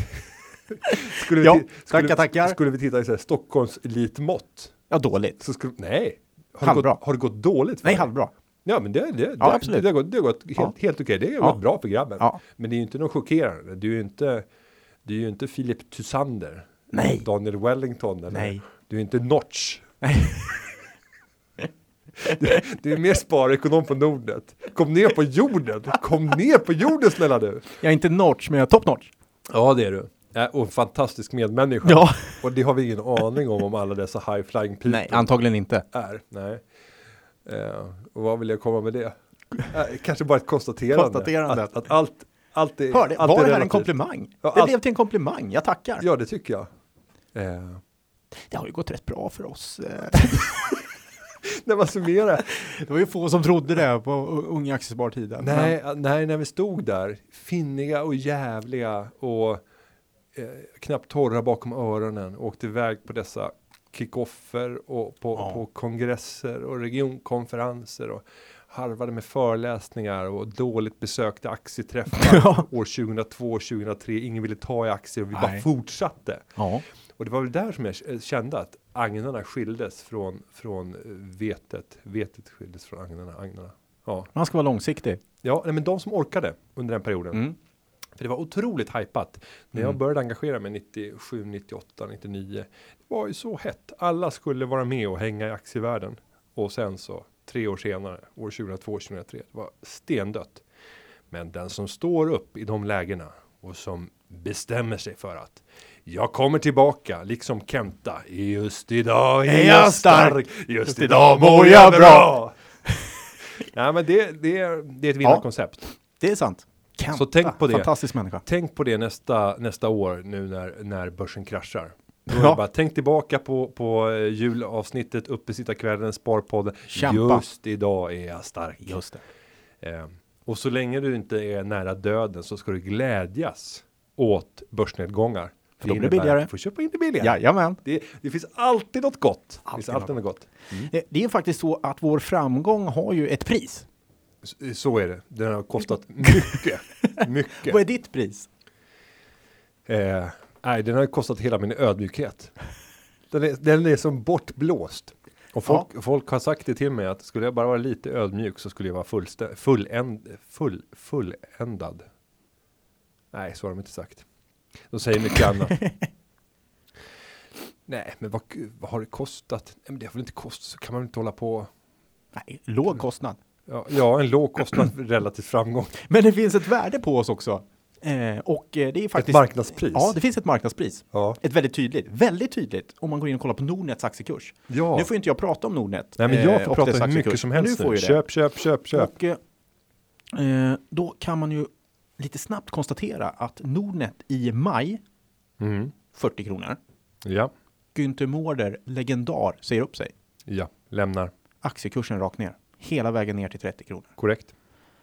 Speaker 2: Tackar.
Speaker 1: Skulle vi titta i så här Stockholms elitmått.
Speaker 2: Ja, dåligt.
Speaker 1: Så nej. Har det gått dåligt för
Speaker 2: dig?
Speaker 1: Nej,
Speaker 2: halvbra.
Speaker 1: Ja, men det har gått helt okej. Det har gått bra för grabben. Ja. Men det är ju inte något chockerande. Det är ju inte Philip Thusander.
Speaker 2: Nej.
Speaker 1: Daniel Wellington. Eller?
Speaker 2: Nej.
Speaker 1: Du är inte Notch. Nej. Du är mer sparekonom på Nordnet. Kom ner på jorden snälla du.
Speaker 2: Jag är inte Notch, men jag är top Notch.
Speaker 1: Ja, det är du. Och en fantastisk medmänniska.
Speaker 2: Ja.
Speaker 1: Och det har vi ingen aning om alla dessa high-flying people.
Speaker 2: Nej, antagligen inte.
Speaker 1: Nej. Och vad vill jag komma med det? Kanske bara ett konstaterande. Att allt är...
Speaker 2: Hör det, var det här en komplimang? Det blev till en komplimang, jag tackar.
Speaker 1: Ja, det tycker jag.
Speaker 2: Det har ju gått rätt bra för oss.
Speaker 1: När man summerar.
Speaker 2: Det var ju få som trodde det på unga aktiespartiden.
Speaker 1: Nej, när vi stod där, finniga och jävliga och knappt torra bakom öronen, åkte iväg på dessa kickoffer och på kongresser och regionkonferenser och harvade med föreläsningar och dåligt besökta aktieträffar år 2002 och 2003. Ingen ville ta i aktier och vi bara fortsatte. Ja. Och det var väl där som jag kände att agnarna skildes från vetet. Vetet skildes från agnarna. Ja.
Speaker 2: Man ska vara långsiktig.
Speaker 1: Ja, men de som orkade under den perioden. Mm. För det var otroligt hypat. När jag började engagera mig 97, 98, 99. Det var ju så hett. Alla skulle vara med och hänga i aktievärlden. Och sen så 3 år senare, år 2002, 2003. Det var stendött. Men den som står upp i de lägena och som bestämmer sig för att jag kommer tillbaka, liksom Kenta. Just idag är jag stark. Just idag mår jag bra. Nej, men det är ett vinnarkoncept.
Speaker 2: Det är sant. Kenta,
Speaker 1: så tänk på det.
Speaker 2: Fantastisk människa.
Speaker 1: Tänk på det nästa år nu när börsen kraschar. Då är det bara, tänk tillbaka på julavsnittet, Uppesittarkvällen, Sparpodden.
Speaker 2: Kämpa.
Speaker 1: Just idag är jag stark.
Speaker 2: Just det.
Speaker 1: Och så länge du inte är nära döden så ska du glädjas åt börsnedgångar.
Speaker 2: För då blir det billigare.
Speaker 1: Du får köpa in det billigare.
Speaker 2: Jajamän.
Speaker 1: Det finns alltid något gott.
Speaker 2: Alltid något
Speaker 1: gott.
Speaker 2: Det är faktiskt så att vår framgång har ju ett pris.
Speaker 1: Så är det. Den har kostat mycket. Mycket.
Speaker 2: Vad är ditt pris?
Speaker 1: Nej, den har kostat hela min ödmjukhet. Den är som bortblåst. Och folk har sagt det till mig att skulle jag bara vara lite ödmjuk så skulle jag vara fulländad. Nej, så har de inte sagt. De säger mycket annat. Nej, men vad har det kostat? Nej, men det har väl inte kostat, så kan man inte hålla på.
Speaker 2: Nej, låg kostnad.
Speaker 1: Ja, en låg kostnad relativt framgång.
Speaker 2: Men det finns ett värde på oss också. Och det är faktiskt
Speaker 1: ett marknadspris.
Speaker 2: Ja, det finns ett marknadspris.
Speaker 1: Ja.
Speaker 2: Ett väldigt tydligt om man går in och kollar på Nordnets aktiekurs.
Speaker 1: Ja.
Speaker 2: Nu får inte jag prata om Nordnet.
Speaker 1: Nej, men jag får prata hur mycket som helst nu. Köp.
Speaker 2: Och då kan man ju lite snabbt konstatera att Nordnet i maj 40 kronor.
Speaker 1: Ja.
Speaker 2: Günther Mårder, legendar, säger upp sig.
Speaker 1: Ja, lämnar.
Speaker 2: Aktiekursen rakt ner. Hela vägen ner till 30 kronor.
Speaker 1: Korrekt.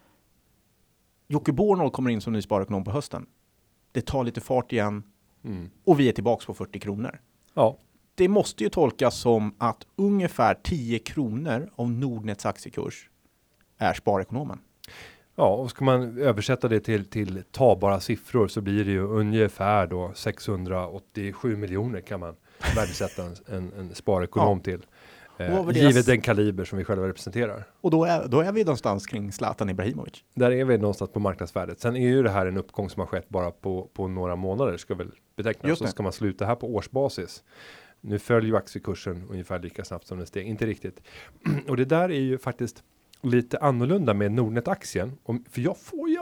Speaker 2: Jocke Bornold kommer in som ny sparekonom på hösten. Det tar lite fart igen. Och vi är tillbaka på 40 kronor.
Speaker 1: Ja.
Speaker 2: Det måste ju tolkas som att ungefär 10 kronor av Nordnets aktiekurs är sparekonomen.
Speaker 1: Ja, och ska man översätta det till tagbara siffror så blir det ju ungefär då 687 miljoner kan man värdesätta en sparekonom till. Givet den kaliber som vi själva representerar.
Speaker 2: Och då är vi någonstans kring Zlatan Ibrahimovic.
Speaker 1: Där är vi någonstans på marknadsvärdet. Sen är ju det här en uppgång som har skett bara på några månader ska väl betecknas. Så ska man sluta här på årsbasis. Nu följer ju aktiekursen ungefär lika snabbt som den steg. Inte riktigt. Och det där är ju faktiskt lite annorlunda med Nordnet-aktien. För jag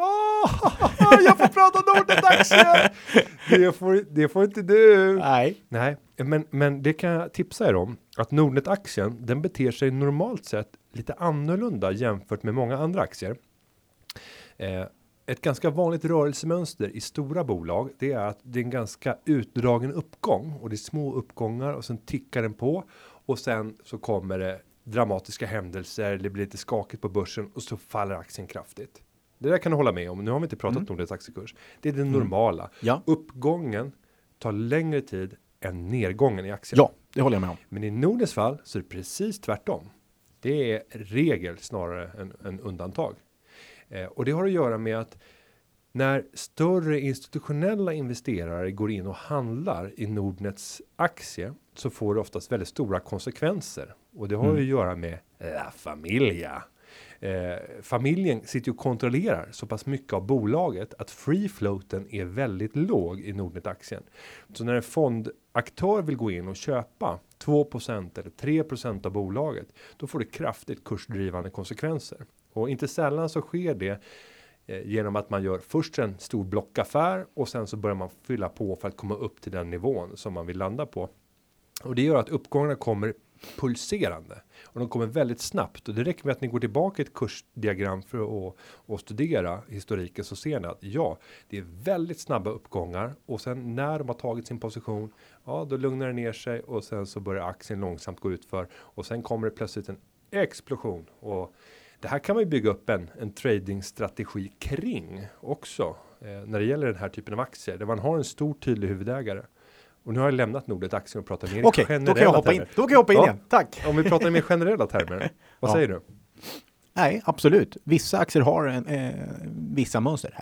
Speaker 1: får prata Nordnet-aktien! Det får inte du. Nej. Men det kan jag tipsa er om. Att Nordnet-aktien, den beter sig normalt sett lite annorlunda jämfört med många andra aktier. Ett ganska vanligt rörelsemönster i stora bolag, det är att det är en ganska utdragen uppgång. Och det är små uppgångar och sen tickar den på. Och sen så kommer det dramatiska händelser, det blir lite skakigt på börsen och så faller aktien kraftigt. Det där kan du hålla med om. Nu har vi inte pratat Nordnets aktiekurs. Det är det normala.
Speaker 2: Ja.
Speaker 1: Uppgången tar längre tid än nedgången i aktien.
Speaker 2: Ja, det håller jag med om.
Speaker 1: Men i Nordnets fall så är det precis tvärtom. Det är regel snarare än undantag. Och det har att göra med att när större institutionella investerare går in och handlar i Nordnets aktie så får det oftast väldigt stora konsekvenser. Och det har att göra med La Familia. Familjen sitter och kontrollerar så pass mycket av bolaget att free floaten är väldigt låg i Nordnet-aktien. Så när en fondaktör vill gå in och köpa 2% eller 3% av bolaget, då får det kraftigt kursdrivande konsekvenser. Och inte sällan så sker det genom att man gör först en stor blockaffär och sen så börjar man fylla på för att komma upp till den nivån som man vill landa på. Och det gör att uppgångarna kommer pulserande och de kommer väldigt snabbt och det räcker med att ni går tillbaka ett kursdiagram för att studera historiken så ser ni att ja, det är väldigt snabba uppgångar och sen när de har tagit sin position, ja då lugnar det ner sig och sen så börjar aktien långsamt gå ut för och sen kommer det plötsligt en explosion och det här kan man ju bygga upp en tradingstrategi kring också när det gäller den här typen av aktier där man har en stor tydlig huvudägare. Och nu har jag lämnat Nordnet-aktien och pratar mer
Speaker 2: generella termer. Okej, då kan jag hoppa in igen. Tack.
Speaker 1: Om vi pratar i mer generella termer. Vad säger du?
Speaker 2: Nej, absolut. Vissa aktier har vissa mönster.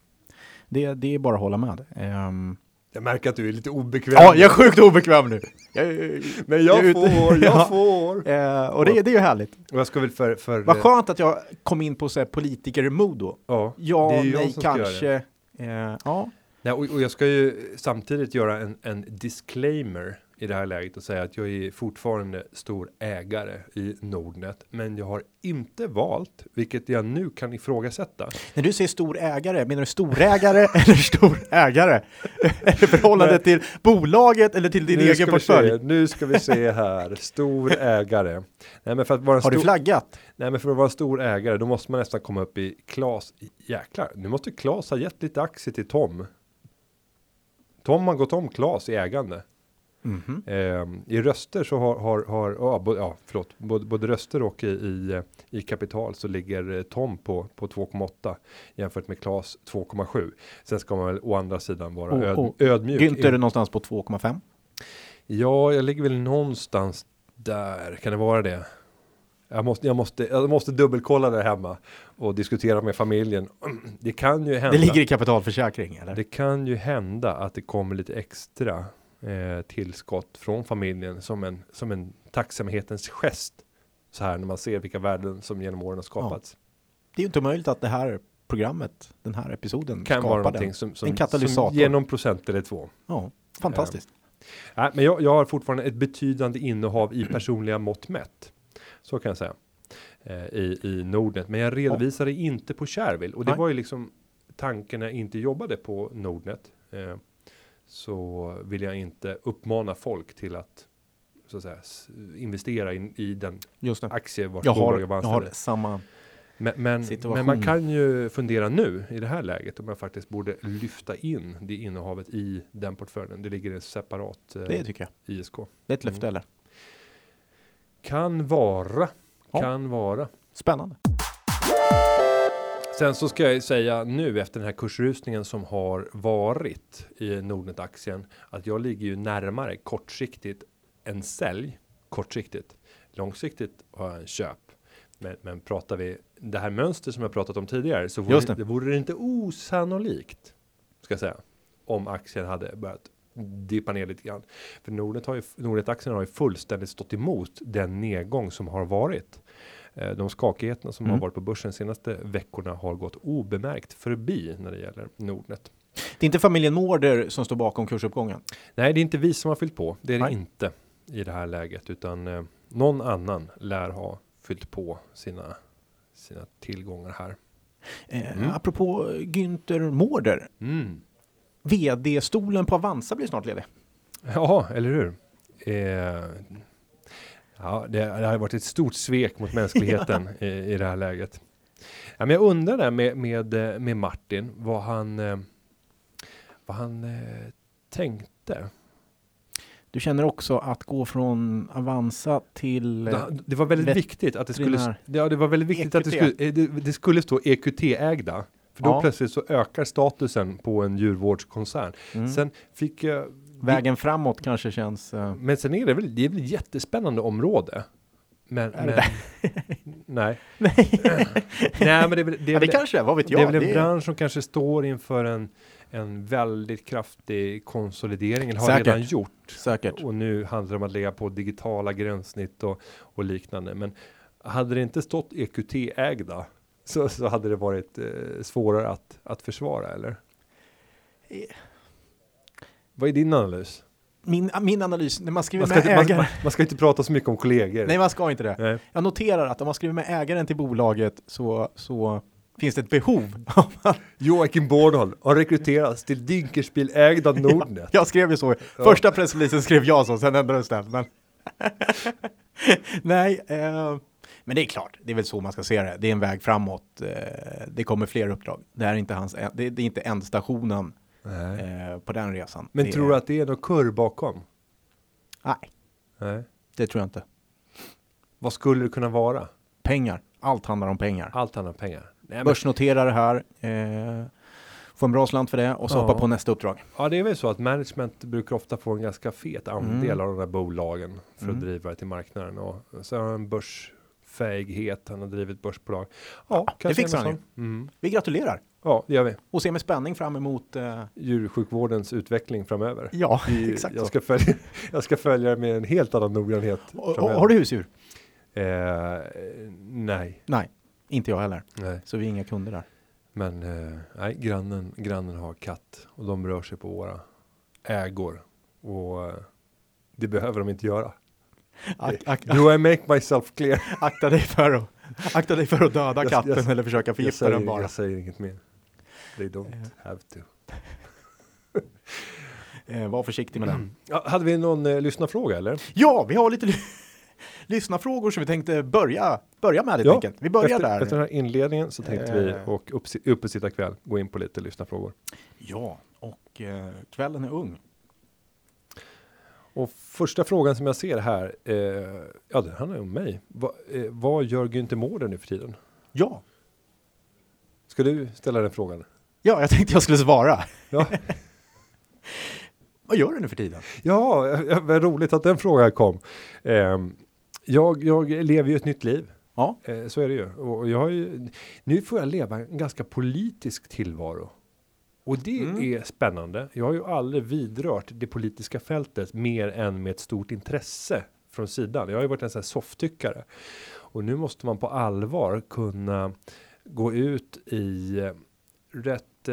Speaker 2: Det är bara att hålla med.
Speaker 1: Jag märker att du är lite obekväm.
Speaker 2: Ja, jag är sjukt obekväm nu.
Speaker 1: Men jag får.
Speaker 2: Och det är ju härligt.
Speaker 1: Och jag ska väl
Speaker 2: vad skönt att jag kom in på så här politiker-modo.
Speaker 1: Ja,
Speaker 2: nej, kanske.
Speaker 1: Ja. Nej, och jag ska ju samtidigt göra en disclaimer i det här läget och säga att jag är fortfarande stor ägare i Nordnet. Men jag har inte valt, vilket jag nu kan ifrågasätta.
Speaker 2: När du säger stor ägare, menar du storägare eller stor ägare? Eller förhållande till bolaget eller till din egen portfölj?
Speaker 1: Nu ska vi se här. Stor ägare. Nej, men för att vara
Speaker 2: har du flaggat?
Speaker 1: Nej, men för att vara stor ägare då måste man nästan komma upp i Klas. Jäklar, nu måste Klas ha gett lite aktier till Tom. Tom har gått om Klas i ägande. I röster så både röster och i kapital så ligger Tom på 2,8 jämfört med Klas 2,7. Sen ska man väl å andra sidan vara ödmjuk.
Speaker 2: Günther är någonstans på 2,5?
Speaker 1: Ja, jag ligger väl någonstans där. Kan det vara det? Jag måste dubbelkolla det hemma och diskutera med familjen. Det kan ju hända.
Speaker 2: Det ligger i kapitalförsäkring, eller?
Speaker 1: Det kan ju hända att det kommer lite extra tillskott från familjen som en tacksamhetens gest så här när man ser vilka värden som genom åren har skapats.
Speaker 2: Ja. Det är ju inte möjligt att det här programmet, den här episoden
Speaker 1: kan vara någonting
Speaker 2: en katalysator.
Speaker 1: Som genom procent eller 2.
Speaker 2: Ja, fantastiskt.
Speaker 1: Men jag har fortfarande ett betydande innehav i personliga mått mätt. Så kan jag säga. I Nordnet. Men jag redovisar det inte på Shareville. Och det var ju liksom tanken när jag inte jobbade på Nordnet. Så vill jag inte uppmana folk till att så att säga investera i den aktie vars bolag jag
Speaker 2: har samma
Speaker 1: men man kan ju fundera nu i det här läget om man faktiskt borde lyfta in det innehavet i den portföljen. Det ligger en separat
Speaker 2: det tycker jag.
Speaker 1: ISK.
Speaker 2: Det är ett löfte eller?
Speaker 1: Kan vara.
Speaker 2: Spännande.
Speaker 1: Sen så ska jag säga nu efter den här kursrusningen som har varit i Nordnet-aktien att jag ligger ju närmare kortsiktigt än sälj. Kortsiktigt. Långsiktigt har jag en köp. Men pratar vi det här mönster som jag pratat om tidigare så vore det inte osannolikt ska jag säga om aktien hade börjat dippa ner lite grann. För Nordnet-aktien har ju fullständigt stått emot den nedgång som har varit. De skakigheterna som har varit på börsen de senaste veckorna har gått obemärkt förbi när det gäller Nordnet.
Speaker 2: Det är inte familjen Mårder som står bakom kursuppgången?
Speaker 1: Nej, det är inte vi som har fyllt på. Det är det inte i det här läget. Utan någon annan lär ha fyllt på sina tillgångar här.
Speaker 2: Apropå Günther Mårder. VD-stolen på Avanza blir snart ledig.
Speaker 1: Ja, eller hur? Det har varit ett stort svek mot mänskligheten i det här läget. Ja, men jag undrar där med Martin vad han tänkte.
Speaker 2: Du känner också att gå från Avanza till
Speaker 1: det var väldigt viktigt att det skulle det var väldigt viktigt att det skulle stå EQT-ägda. För då plötsligt så ökar statusen på en djurvårdskoncern. Sen fick jag
Speaker 2: vägen framåt kanske känns
Speaker 1: men sen är det väl ett jättespännande område. Men nej. Nej, men
Speaker 2: det kanske är, vad vet jag.
Speaker 1: Det är väl en bransch som kanske står inför en väldigt kraftig konsolidering eller har redan gjort.
Speaker 2: Säkert.
Speaker 1: Och nu handlar det om att lägga på digitala gränssnitt och liknande. Men hade det inte stått EQT-ägda så hade det varit svårare att försvara, eller? Vad är din analys?
Speaker 2: Min analys, när man skriver med ägaren...
Speaker 1: Man ska inte prata så mycket om kollegor.
Speaker 2: Nej, man ska inte det.
Speaker 1: Nej.
Speaker 2: Jag noterar att om man skriver med ägaren till bolaget så finns det ett behov.
Speaker 1: Joakim Bornholm har rekryterats till Dinkelspiel-ägda Nordnet.
Speaker 2: Jag skrev ju så. Första pressreleasen skrev jag så, sen ändrades det. Men nej, men det är klart. Det är väl så man ska se det. Det är en väg framåt. Det kommer fler uppdrag. Det är inte ändstationen på den resan.
Speaker 1: Men tror du att det är någon kurv bakom?
Speaker 2: Nej, det tror jag inte.
Speaker 1: Vad skulle det kunna vara?
Speaker 2: Pengar. Allt handlar om pengar.
Speaker 1: Nej,
Speaker 2: börsnotera det här. Få en bra slant för det och så hoppa på nästa uppdrag.
Speaker 1: Ja, det är väl så att management brukar ofta få en ganska fet andel av de där bolagen för att driva det till marknaden. Och så har en börsfähighet, han har drivit börsbolag. Ja,
Speaker 2: det fixar han ju. Vi gratulerar.
Speaker 1: Ja, det gör vi.
Speaker 2: Och ser med spänning fram emot
Speaker 1: djursjukvårdens utveckling framöver.
Speaker 2: Ja, exakt.
Speaker 1: Jag ska följa det med en helt annan noggrannhet.
Speaker 2: Har du husdjur?
Speaker 1: Nej.
Speaker 2: Nej, inte jag heller.
Speaker 1: Nej.
Speaker 2: Så vi är inga kunder där.
Speaker 1: Men nej, grannen har katt och de rör sig på våra ägor. Och Det behöver de inte göra.
Speaker 2: Ak-
Speaker 1: Do I make myself clear?
Speaker 2: akta dig för att döda katten eller försöka förgifta den bara.
Speaker 1: Jag säger inget mer. They don't have to.
Speaker 2: Var försiktig med den.
Speaker 1: Ja, hade vi någon lyssnarfråga eller?
Speaker 2: Ja, vi har lite lyssnarfrågor som vi tänkte börja med helt enkelt. Vi börjar där.
Speaker 1: Efter den här inledningen så tänkte vi och uppe sitta kväll gå in på lite lyssnarfrågor.
Speaker 2: Ja, och kvällen är ung.
Speaker 1: Och första frågan som jag ser här, ja det handlar om mig. Vad gör Günther Mårder nu för tiden?
Speaker 2: Ja.
Speaker 1: Ska du ställa den frågan?
Speaker 2: Ja, jag tänkte jag skulle svara.
Speaker 1: Ja.
Speaker 2: Vad gör du nu för tiden?
Speaker 1: Ja, vad roligt att den frågan kom. Jag lever ju ett nytt liv.
Speaker 2: Ja.
Speaker 1: Så är det ju. Och jag har ju, nu får jag leva en ganska politisk tillvaro. Och det är spännande. Jag har ju aldrig vidrört det politiska fältet mer än med ett stort intresse från sidan. Jag har ju varit en sån här softtyckare. Och nu måste man på allvar kunna gå ut i rätt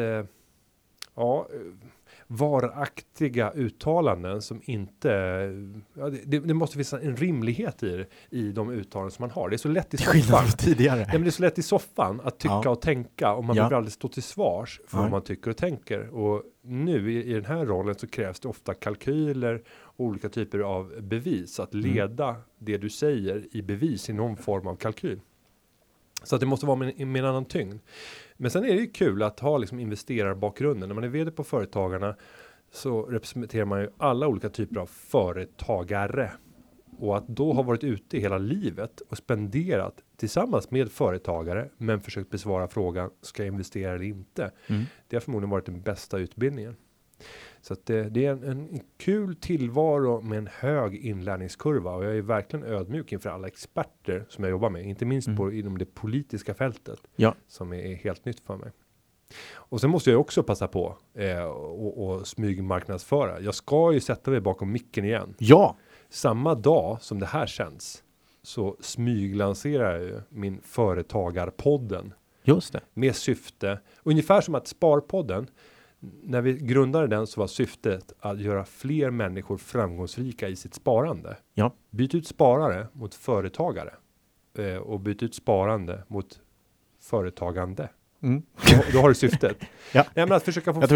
Speaker 1: varaktiga uttalanden som inte, ja, det måste finnas en rimlighet i de uttalanden som man har. Det är så lätt i soffan.
Speaker 2: Tidigare.
Speaker 1: Ja, men det är så lätt i soffan att tycka och tänka och man behöver aldrig stå till svars för vad man tycker och tänker. Och nu i den här rollen så krävs det ofta kalkyler och olika typer av bevis att leda det du säger i bevis i någon form av kalkyl. Så att det måste vara med en annan tyngd. Men sen är det ju kul att ha liksom investerarbakgrunden. När man är vd på Företagarna så representerar man ju alla olika typer av företagare. Och att då ha varit ute hela livet och spenderat tillsammans med företagare men försökt besvara frågan, ska jag investera eller inte? Det har förmodligen varit den bästa utbildningen. Så att det är en kul tillvaro med en hög inlärningskurva. Och jag är verkligen ödmjuk inför alla experter som jag jobbar med. Inte minst inom det politiska fältet.
Speaker 2: Ja.
Speaker 1: Som är helt nytt för mig. Och sen måste jag också passa på och smygmarknadsföra. Jag ska ju sätta mig bakom micken igen.
Speaker 2: Ja.
Speaker 1: Samma dag som det här känns så smyglanserar jag ju min företagarpodden.
Speaker 2: Just det.
Speaker 1: Med syfte, ungefär som att Sparpodden, när vi grundade den så var syftet att göra fler människor framgångsrika i sitt sparande.
Speaker 2: Ja.
Speaker 1: Byt ut sparare mot företagare. Och byt ut sparande mot företagande. Då har du syftet.
Speaker 2: Ja.
Speaker 1: Nej, men att försöka få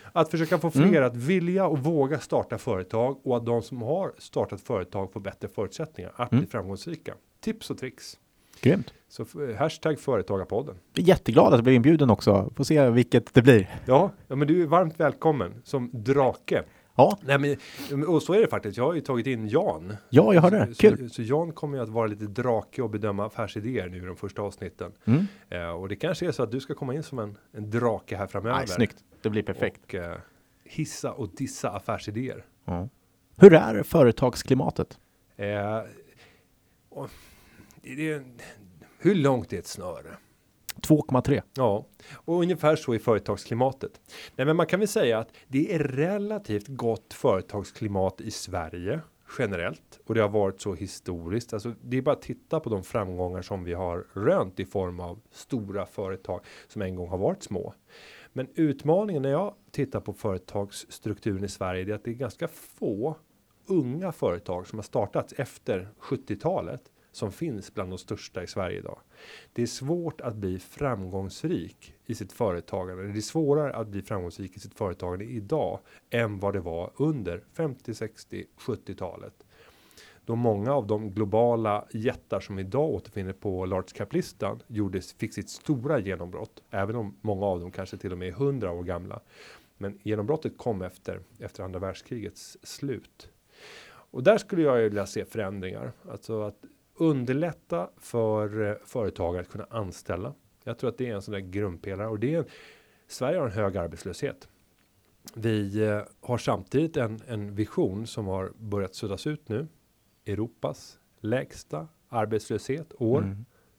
Speaker 1: fler att vilja och våga starta företag och att de som har startat företag får bättre förutsättningar att bli framgångsrika. Tips och tricks.
Speaker 2: Grymt.
Speaker 1: Så hashtag företagarpodden.
Speaker 2: Jag är jätteglad att du blev inbjuden också. Får se vilket det blir.
Speaker 1: Ja, men du är varmt välkommen som drake.
Speaker 2: Ja.
Speaker 1: Nej, men, och så är det faktiskt. Jag har ju tagit in Jan.
Speaker 2: Ja, jag hörde det. Kul.
Speaker 1: Så Jan kommer ju att vara lite drake och bedöma affärsidéer nu i de första avsnitten. Och det kanske är så att du ska komma in som en drake här framöver.
Speaker 2: Nej, snyggt. Det blir perfekt.
Speaker 1: Och hissa och dissa affärsidéer.
Speaker 2: Ja. Hur är företagsklimatet?
Speaker 1: Hur långt är ett snöre?
Speaker 2: 2,3.
Speaker 1: Ja, och ungefär så är företagsklimatet. Nej, men man kan väl säga att det är relativt gott företagsklimat i Sverige generellt. Och det har varit så historiskt. Alltså, det är bara att titta på de framgångar som vi har rönt i form av stora företag som en gång har varit små. Men utmaningen när jag tittar på företagsstrukturen i Sverige är att det är ganska få unga företag som har startats efter 70-talet som finns bland de största i Sverige idag. Det är svårt att bli framgångsrik i sitt företagande. Det är svårare att bli framgångsrik i sitt företagande idag än vad det var under 50, 60, 70-talet. Då många av de globala jättar som idag återfinner på large cap-listan fick sitt stora genombrott. Även om många av dem kanske till och med är 100 år gamla. Men genombrottet kom efter andra världskrigets slut. Och där skulle jag vilja se förändringar. Alltså att underlätta för företagare att kunna anställa. Jag tror att det är en sån där grundpelare. Och Sverige har en hög arbetslöshet. Vi har samtidigt en vision som har börjat suddas ut nu. Europas lägsta arbetslöshet år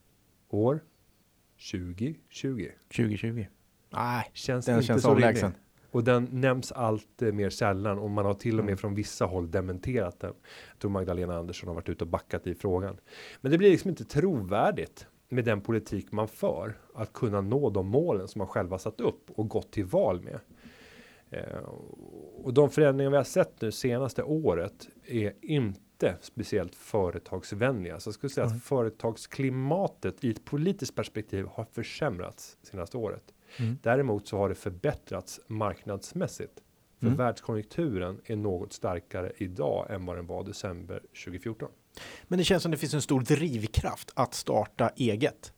Speaker 1: 2020.
Speaker 2: 2020. Nej,
Speaker 1: känns
Speaker 2: den
Speaker 1: inte
Speaker 2: känns
Speaker 1: så
Speaker 2: avlägsen.
Speaker 1: Och den nämns allt mer sällan och man har till och med från vissa håll dementerat den. Jag tror Magdalena Andersson har varit ute och backat i frågan. Men det blir liksom inte trovärdigt med den politik man för att kunna nå de målen som man själva satt upp och gått till val med. Och de förändringar vi har sett nu senaste året är inte speciellt företagsvänliga. Så jag skulle säga att företagsklimatet i ett politiskt perspektiv har försämrats senaste året. Däremot så har det förbättrats marknadsmässigt. För världskonjunkturen är något starkare idag än vad den var december 2014.
Speaker 2: Men det känns som det finns en stor drivkraft att starta eget.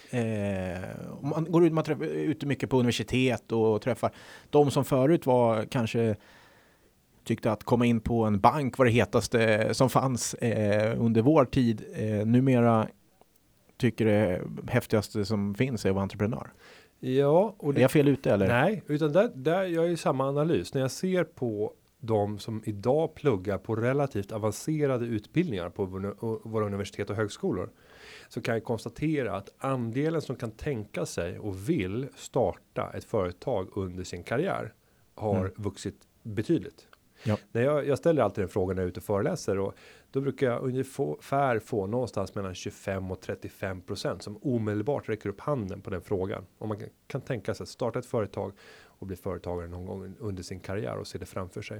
Speaker 2: Man går ut, man träffar ute mycket på universitet och träffar de som förut var kanske tyckte att komma in på en bank var det hetaste som fanns under vår tid. Numera tycker det häftigaste som finns är att vara entreprenör.
Speaker 1: Ja, och
Speaker 2: är jag fel ute eller?
Speaker 1: Nej, utan där gör jag ju samma analys. När jag ser på de som idag pluggar på relativt avancerade utbildningar på våra universitet och högskolor, så kan jag konstatera att andelen som kan tänka sig och vill starta ett företag under sin karriär har vuxit betydligt.
Speaker 2: Ja.
Speaker 1: När jag ställer alltid den frågan när jag är ute och föreläser, och då brukar jag ungefär få någonstans mellan 25 och 35% som omedelbart räcker upp handen på den frågan. Om man kan tänka sig att starta ett företag och bli företagare någon gång under sin karriär och se det framför sig.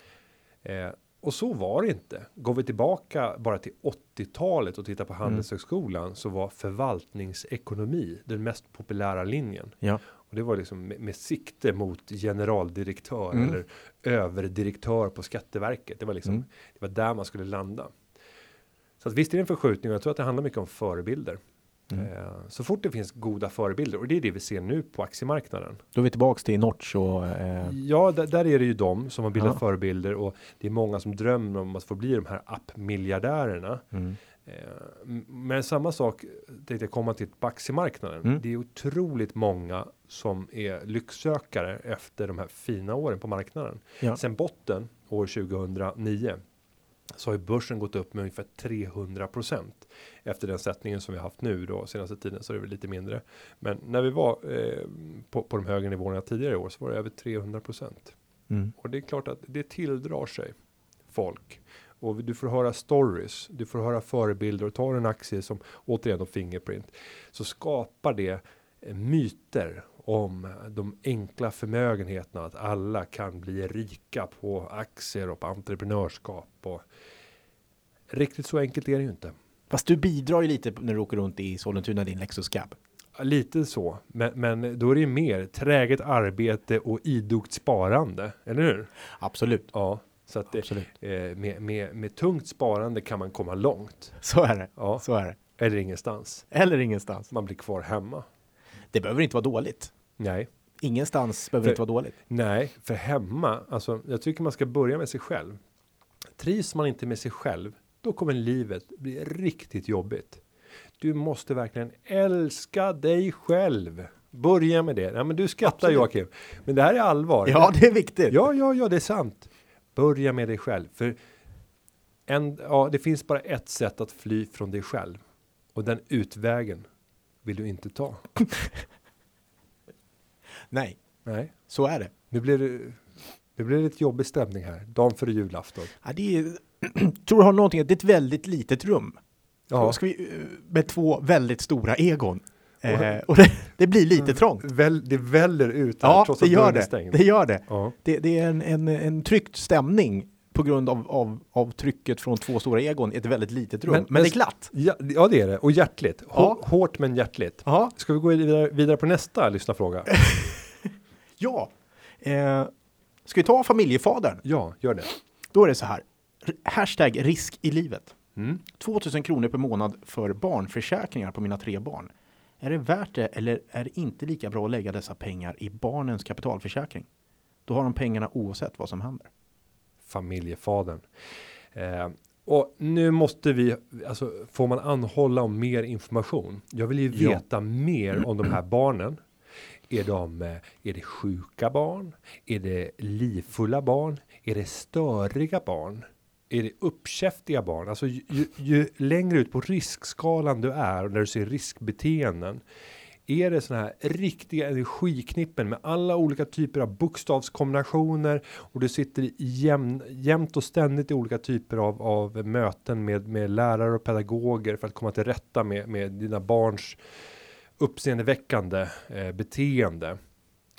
Speaker 1: Och så var det inte. Går vi tillbaka bara till 80-talet och tittar på Handelshögskolan, så var förvaltningsekonomi den mest populära linjen.
Speaker 2: Ja.
Speaker 1: Och det var liksom med sikte mot generaldirektör eller överdirektör på Skatteverket. Det var liksom det var där man skulle landa. Så att visst är det en förskjutning, och jag tror att det handlar mycket om förebilder. Så fort det finns goda förebilder, och det är det vi ser nu på aktiemarknaden.
Speaker 2: Då är vi tillbaka till Notch och...
Speaker 1: Ja, där är det ju de som har bildat förebilder, och det är många som drömmer om att få bli de här appmiljardärerna. Men samma sak tänkte jag komma till på aktiemarknaden. Det är otroligt många som är lycksökare efter de här fina åren på marknaden.
Speaker 2: Ja.
Speaker 1: Sen botten år 2009 så har ju börsen gått upp med ungefär 300%. Efter den sättningen som vi har haft nu då senaste tiden, så är det väl lite mindre. Men när vi var på de högre nivåerna tidigare i år, så var det över 300%. Och det är klart att det tilldrar sig folk. Och du får höra stories, du får höra förebilder, och tar en aktie som återigen då Fingerprint, så skapar det myter om de enkla förmögenheterna, att alla kan bli rika på aktier och på entreprenörskap. Och riktigt så enkelt är det ju inte.
Speaker 2: Fast du bidrar ju lite när du åker runt i Sollentuna, din Lexus Cab.
Speaker 1: Lite så, men då är det ju mer träget arbete och idogt sparande, eller hur?
Speaker 2: Absolut.
Speaker 1: Ja, så att med tungt sparande kan man komma långt.
Speaker 2: Så är det.
Speaker 1: Ja.
Speaker 2: Så är det.
Speaker 1: Eller ingenstans.
Speaker 2: Eller ingenstans.
Speaker 1: Man blir kvar hemma.
Speaker 2: Det behöver inte vara dåligt.
Speaker 1: Nej.
Speaker 2: Ingenstans behöver inte vara dåligt.
Speaker 1: Nej, för hemma, alltså jag tycker man ska börja med sig själv. Trivs man inte med sig själv, då kommer livet bli riktigt jobbigt. Du måste verkligen älska dig själv. Börja med det. Ja, men du skrattar,
Speaker 2: absolut,
Speaker 1: Joakim. Men det här är allvar.
Speaker 2: Ja, det är viktigt.
Speaker 1: Ja, det är sant. Börja med dig själv. För det finns bara ett sätt att fly från dig själv. Och den utvägen vill du inte ta.
Speaker 2: Nej,
Speaker 1: Nej,
Speaker 2: så är det.
Speaker 1: Nu blir det lite jobbig stämning här. Dagen före julafton.
Speaker 2: Ja, det är, tror du har någonting, det är ett väldigt litet rum.
Speaker 1: Ja.
Speaker 2: Då ska vi med två väldigt stora egon. Och det blir lite trångt.
Speaker 1: Det väller ut här,
Speaker 2: ja,
Speaker 1: trots
Speaker 2: det
Speaker 1: att
Speaker 2: gör
Speaker 1: dörren är
Speaker 2: det.
Speaker 1: stängd.
Speaker 2: Det gör det.
Speaker 1: Ja.
Speaker 2: Det är en tryckt stämning på grund av trycket från två stora egon i ett väldigt litet rum. Men det är glatt.
Speaker 1: Ja, det är det. Och hjärtligt. Hårt men hjärtligt.
Speaker 2: Ja.
Speaker 1: Ska vi gå vidare på nästa lyssnarfråga?
Speaker 2: Ja. Ska vi ta familjefadern?
Speaker 1: Ja, gör det.
Speaker 2: Då är det så här. Hashtag risk i livet.
Speaker 1: 2000
Speaker 2: kronor per månad för barnförsäkringar på mina 3 barn. Är det värt det, eller är det inte lika bra att lägga dessa pengar i barnens kapitalförsäkring? Då har de pengarna oavsett vad som händer.
Speaker 1: Familjefadern. Och nu måste vi, alltså får man anhålla om mer information? Jag vill ju veta mer om de här barnen. Är det sjuka barn? Är det livfulla barn? Är det störiga barn? Är det uppkäftiga barn? Alltså ju längre ut på riskskalan du är, och när du ser riskbeteenden, är det såna här riktiga energiknippen med alla olika typer av bokstavskombinationer, och du sitter jämt och ständigt i olika typer av möten med lärare och pedagoger för att komma till rätta med dina barns uppseendeväckande beteende.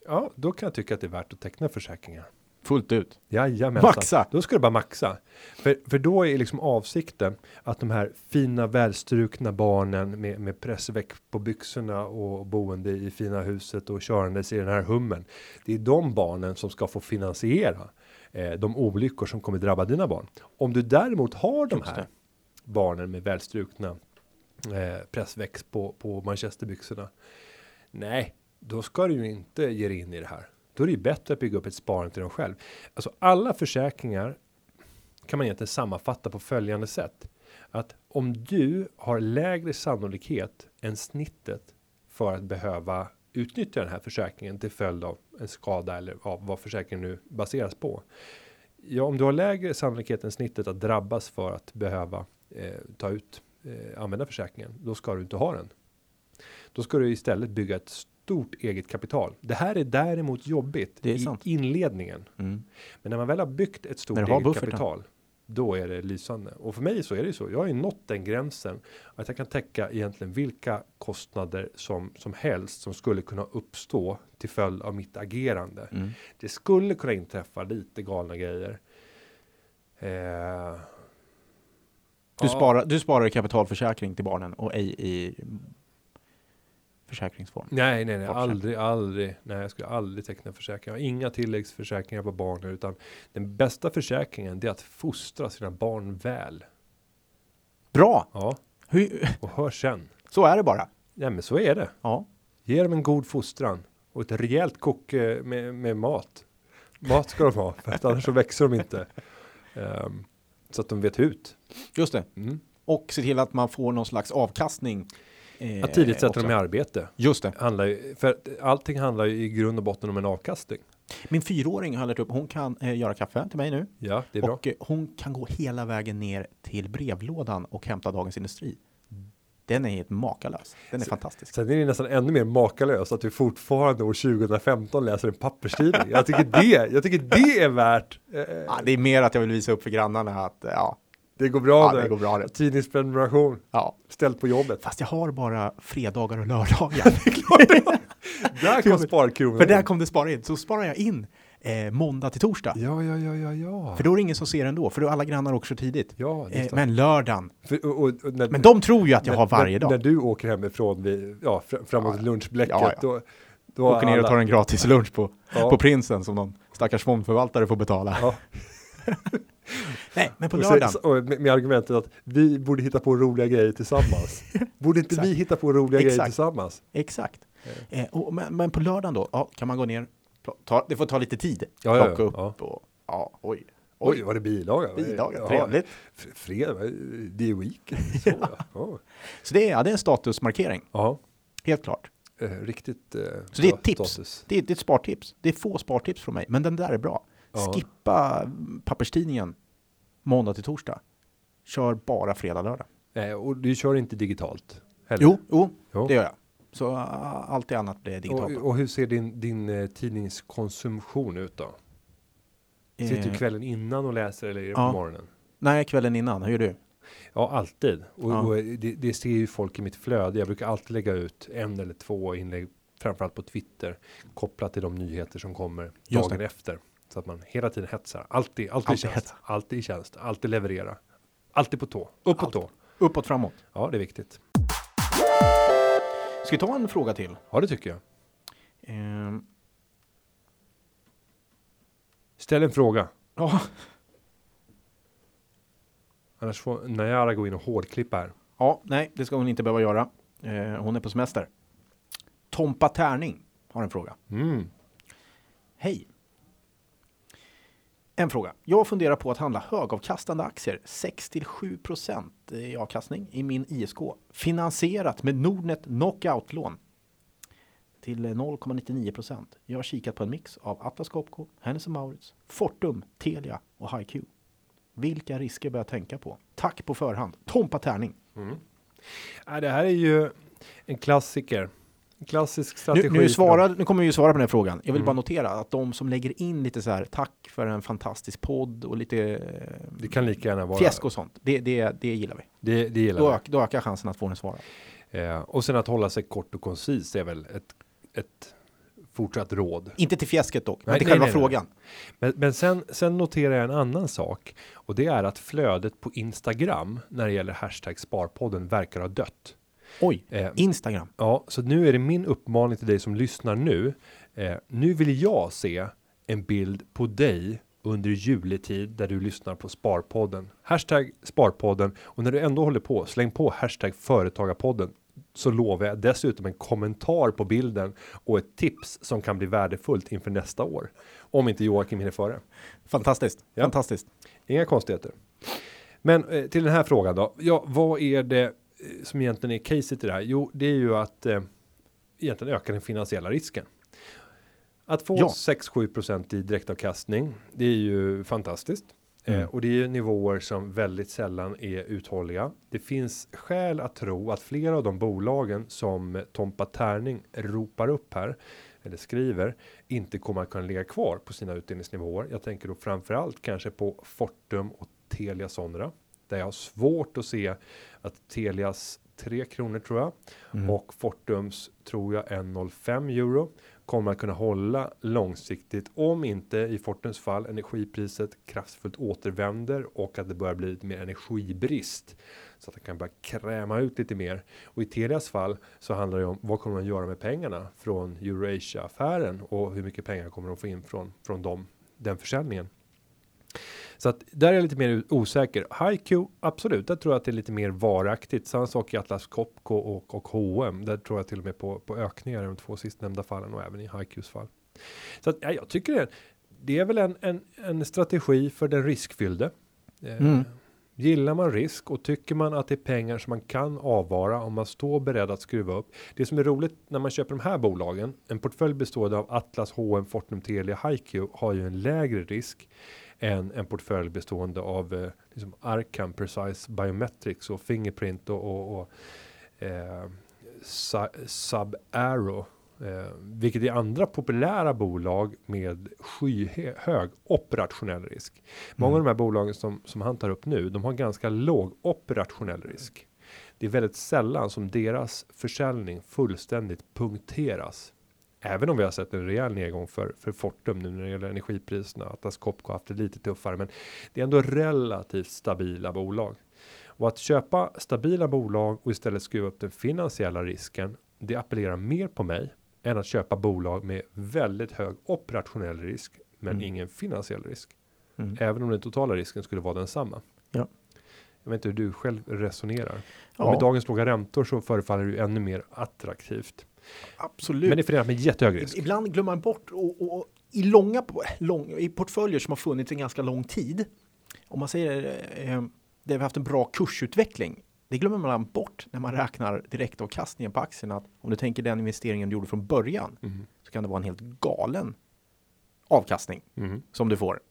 Speaker 1: Ja, då kan jag tycka att det är värt att teckna försäkringar.
Speaker 2: Fullt ut.
Speaker 1: Jajamensan.
Speaker 2: Maxa.
Speaker 1: Då ska du bara maxa. För då är liksom avsikten att de här fina välstrukna barnen med pressväck på byxorna och boende i fina huset och körandes i den här hummen. Det är de barnen som ska få finansiera de olyckor som kommer drabba dina barn. Om du däremot har de här barnen med välstrukna pressväx på manchesterbyxorna. Nej, då ska du ju inte ge dig in i det här. Då är det ju bättre att bygga upp ett sparande till dem själv. Alltså alla försäkringar kan man egentligen sammanfatta på följande sätt. Att om du har lägre sannolikhet än snittet för att behöva utnyttja den här försäkringen till följd av en skada eller av vad försäkringen nu baseras på. Ja, om du har lägre sannolikhet än snittet att drabbas för att behöva använda försäkringen, då ska du inte ha den. Då ska du istället bygga ett stort eget kapital. Det här är däremot jobbigt i inledningen. Men när man väl har byggt ett stort eget kapital, då är det lysande. Och för mig så är det så. Jag har ju nått den gränsen att jag kan täcka egentligen vilka kostnader som helst som skulle kunna uppstå till följd av mitt agerande. Det skulle kunna inträffa lite galna grejer.
Speaker 2: Du sparar kapitalförsäkring till barnen och ej i försäkringsform.
Speaker 1: Nej, aldrig. Nej, jag skulle aldrig teckna försäkringar. Inga tilläggsförsäkringar på barnen, utan den bästa försäkringen är att fostra sina barn väl.
Speaker 2: Bra!
Speaker 1: Ja. Och hör sen.
Speaker 2: Så är det bara.
Speaker 1: Ja, men så är det.
Speaker 2: Ja.
Speaker 1: Ge dem en god fostran och ett rejält kok med mat. Mat ska de ha, för att annars så växer de inte. Så att de vet ut.
Speaker 2: Just det. Och se till att man får någon slags avkastning.
Speaker 1: Att tidigt sätta dem i arbete.
Speaker 2: Just det.
Speaker 1: För allting handlar ju i grund och botten om en avkastning.
Speaker 2: Min 4-åring har lärt upp, hon kan göra kaffe till mig nu.
Speaker 1: Ja, det är bra.
Speaker 2: Och hon kan gå hela vägen ner till brevlådan och hämta Dagens Industri. Den är helt makalös. Den är fantastisk.
Speaker 1: Sen är det nästan ännu mer makalös att du fortfarande år 2015 läser en papperstidning. Jag tycker det är värt.
Speaker 2: Ja, det är mer att jag vill visa upp för grannarna att
Speaker 1: det går bra.
Speaker 2: Det går bra.
Speaker 1: Tidningsprenumeration.
Speaker 2: Ja.
Speaker 1: Ställt på jobbet.
Speaker 2: Fast jag har bara fredagar och lördagar.
Speaker 1: Där kom sparkronan.
Speaker 2: För där kom det spara in. Så sparar jag in måndag till torsdag.
Speaker 1: Ja.
Speaker 2: För då är det ingen som ser ändå. För då är alla grannar också tidigt.
Speaker 1: Ja,
Speaker 2: men lördagen.
Speaker 1: Men
Speaker 2: de tror ju att jag har varje dag.
Speaker 1: När du åker hemifrån framåt lunchbläcket. Då
Speaker 2: åker ner och tar en gratis lunch på Prinsen som någon stackars fondförvaltare får betala. Ja. Nej, men på lördagen.
Speaker 1: Med argumentet att vi borde hitta på roliga grejer tillsammans. Borde inte vi hitta på roliga grejer tillsammans?
Speaker 2: Exakt. Men på lördagen då, kan man gå ner. Det får ta lite tid.
Speaker 1: Plocka
Speaker 2: upp och
Speaker 1: oj, var det bilaga?
Speaker 2: Bilaga, trevligt.
Speaker 1: Fredag, det är weekend.
Speaker 2: Så det är en statusmarkering.
Speaker 1: Ja.
Speaker 2: Helt klart.
Speaker 1: Riktigt
Speaker 2: så det är ett tips. Status. Det är ett spartips. Det är få spartips från mig, men den där är bra. Skippa papperstidningen måndag till torsdag. Kör bara fredag, lördag.
Speaker 1: Och du kör inte digitalt heller?
Speaker 2: Jo, det gör jag. Så allt det annat blir digitalt.
Speaker 1: Och hur ser din tidningskonsumtion ut då? Sitter du kvällen innan och läser eller är det på morgonen?
Speaker 2: Nej, kvällen innan. Hur gör du?
Speaker 1: Ja, alltid. Och det ser ju folk i mitt flöde. Jag brukar alltid lägga ut 1 eller 2 inlägg, framförallt på Twitter, kopplat till de nyheter som kommer dagen efter. Så att man hela tiden hetsar. Alltid i tjänst. Alltid leverera. Alltid på tå. På tå.
Speaker 2: Uppåt, framåt.
Speaker 1: Ja, det är viktigt.
Speaker 2: Ska vi ta en fråga till?
Speaker 1: Ja, det tycker jag. Ställ en fråga.
Speaker 2: Ja.
Speaker 1: Annars får Najara gå in och hårdklippa här.
Speaker 2: Ja, nej, det ska hon inte behöva göra. Hon är på semester. Tompa Tärning har en fråga. Hej. En fråga. Jag funderar på att handla högavkastande aktier, 6-7% i avkastning i min ISK. Finansierat med Nordnet Knockout-lån till 0,99%. Jag har kikat på en mix av Atlas Copco, Hennes & Mauritz, Fortum, Telia och HiQ. Vilka risker bör jag tänka på? Tack på förhand. Tompa Tärning.
Speaker 1: Det här är ju en klassiker. En klassisk strategi.
Speaker 2: Nu kommer vi ju svara på den här frågan. Jag vill bara notera att de som lägger in lite så här, tack för en fantastisk podd och lite
Speaker 1: det kan lika gärna vara
Speaker 2: fjäsk och sånt. Det gillar vi.
Speaker 1: Det gillar vi.
Speaker 2: Då ökar chansen att få den svara.
Speaker 1: Och sen att hålla sig kort och koncis är väl ett fortsatt råd.
Speaker 2: Inte till fjäsket dock, men
Speaker 1: Nej,
Speaker 2: till själva
Speaker 1: nej.
Speaker 2: frågan.
Speaker 1: Men sen noterar jag en annan sak. Och det är att flödet på Instagram när det gäller hashtag Sparpodden verkar ha dött.
Speaker 2: Oj, Instagram.
Speaker 1: Ja, så nu är det min uppmaning till dig som lyssnar nu. Nu vill jag se en bild på dig under juletid där du lyssnar på Sparpodden. Hashtag Sparpodden. Och när du ändå håller på, släng på hashtag Företagarpodden. Så lovar jag dessutom en kommentar på bilden och ett tips som kan bli värdefullt inför nästa år. Om inte Joakim hinner före.
Speaker 2: Fantastiskt,
Speaker 1: Ja.
Speaker 2: fantastiskt.
Speaker 1: Inga konstigheter. Men till den här frågan då. Ja, vad är det som egentligen är caset i det här? Jo, det är ju att egentligen öka den finansiella risken. Att få 6-7% i direktavkastning, det är ju fantastiskt. Och det är ju nivåer som väldigt sällan är uthålliga. Det finns skäl att tro att flera av de bolagen som Tompa Tärning ropar upp här, eller skriver, inte kommer att kunna ligga kvar på sina utdelningsnivåer. Jag tänker då framförallt kanske på Fortum och Telia Sonera. Där jag har svårt att se att Telias 3 kronor tror jag och Fortums tror jag 1,05 euro kommer att kunna hålla långsiktigt om inte i Fortums fall energipriset kraftfullt återvänder och att det börjar bli lite mer energibrist så att det kan börja kräma ut lite mer. Och i Telias fall så handlar det om vad kommer man göra med pengarna från Eurasia-affären och hur mycket pengar kommer de få in från den försäljningen. Så att där är jag lite mer osäker. HiQ, absolut, där tror jag att det är lite mer varaktigt. Samma sak i Atlas Copco och H&M. Där tror jag till och med på ökningar i de 2 sistnämnda fallen och även i HiQs fall. Så att, ja, jag tycker det är väl en strategi för den riskfyllde. Gillar man risk och tycker man att det är pengar som man kan avvara om man står beredd att skruva upp. Det som är roligt när man köper de här bolagen, en portfölj bestående av Atlas, H&M, Fortum, Telia, HiQ har ju en lägre risk än en portfölj bestående av liksom Arcam, Precise Biometrics och Fingerprint och Sub-Aero. Vilket är andra populära bolag med skyhög operationell risk. Många av de här bolagen som han tar upp nu, de har ganska låg operationell risk. Det är väldigt sällan som deras försäljning fullständigt punkteras. Även om vi har sett en rejäl nedgång för Fortum nu när det gäller energipriserna. Atlas Copco har haft det lite tuffare. Men det är ändå relativt stabila bolag. Och att köpa stabila bolag och istället skruva upp den finansiella risken. Det appellerar mer på mig än att köpa bolag med väldigt hög operationell risk. Men ingen finansiell risk. Även om den totala risken skulle vara densamma.
Speaker 2: Ja.
Speaker 1: Jag vet inte hur du själv resonerar.
Speaker 2: Ja.
Speaker 1: Och med dagens låga räntor så förefaller det ju ännu mer attraktivt.
Speaker 2: Absolut.
Speaker 1: Men det är förenat med jättehög risk.
Speaker 2: Ibland glömmer man bort och i portföljer som har funnits en ganska lång tid. Om man säger där vi har haft en bra kursutveckling. Det glömmer man bort när man räknar direktavkastningen på aktierna. Att om du tänker den investeringen du gjorde från början så kan det vara en helt galen avkastning som du får.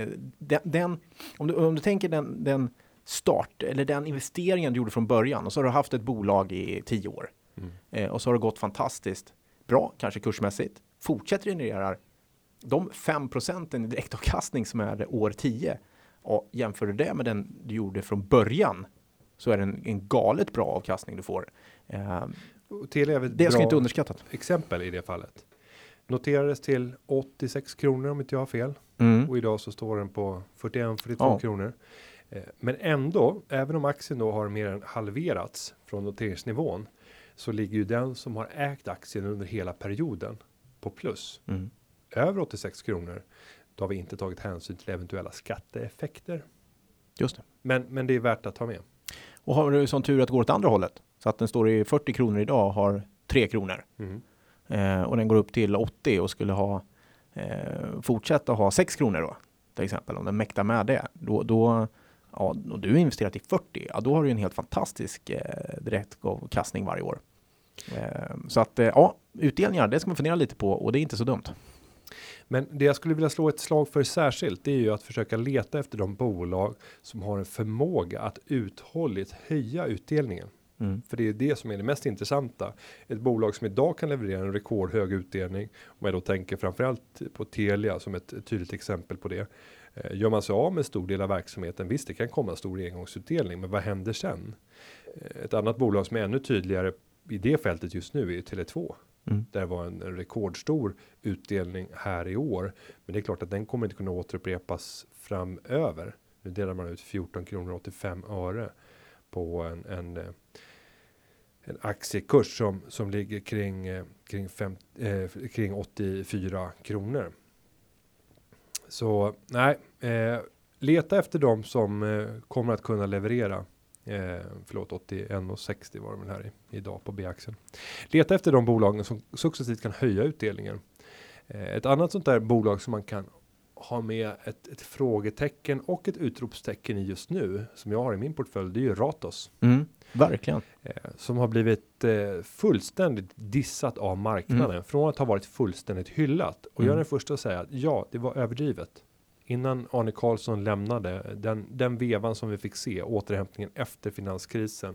Speaker 2: Om du tänker den start eller den investeringen du gjorde från början och så har du haft ett bolag i 10 år. Och så har det gått fantastiskt bra, kanske kursmässigt. Fortsätter generera de 5% i direktavkastning som är år 10 och jämför du det med den du gjorde från början så är det en galet bra avkastning du får.
Speaker 1: Telia är
Speaker 2: det ska inte underskattat.
Speaker 1: Exempel i det fallet. Noterades till 86 kronor om inte jag har fel. Och idag så står den på 41-42 kronor. Men ändå, även om aktien då har mer än halverats från noteringsnivån så ligger ju den som har ägt aktien under hela perioden på plus. Över 86 kronor, då har vi inte tagit hänsyn till eventuella skatteeffekter.
Speaker 2: Just det.
Speaker 1: Men det är värt att ta med.
Speaker 2: Och har du sån tur att gå åt andra hållet så att den står i 40 kronor idag och har 3 kronor. Och den går upp till 80 och skulle ha fortsätta ha 6 kronor då, till exempel. Om den mäktar med det, då och du har investerat i 40, då har du en helt fantastisk direktavkastning varje år. Så att utdelningar, det ska man fundera lite på och det är inte så dumt.
Speaker 1: Men det jag skulle vilja slå ett slag för särskilt, det är ju att försöka leta efter de bolag som har en förmåga att uthålligt höja utdelningen. För det är det som är det mest intressanta. Ett bolag som idag kan leverera en rekordhög utdelning, om jag då tänker framförallt på Telia som ett tydligt exempel på det. Gör man sig av med stor del av verksamheten, visst det kan komma stor engångsutdelning, men vad händer sen? Ett annat bolag som är ännu tydligare i det fältet just nu är Tele2. Där det var en rekordstor utdelning här i år. Men det är klart att den kommer inte kunna återupprepas framöver. Nu delar man ut 14 kronor 85 öre på en aktiekurs som ligger kring 84 kronor. Så nej, leta efter dem som kommer att kunna leverera. 81,60 var det här idag på B-aktien. Leta efter de bolagen som successivt kan höja utdelningen. Ett annat sånt där bolag som man kan ha med ett frågetecken och ett utropstecken i just nu, som jag har i min portfölj, det är ju Ratos.
Speaker 2: Verkligen.
Speaker 1: Som har blivit fullständigt dissat av marknaden. Från att ha varit fullständigt hyllat. Och jag är den första att säga att ja, det var överdrivet. Innan Arne Karlsson lämnade den vevan som vi fick se, återhämtningen efter finanskrisen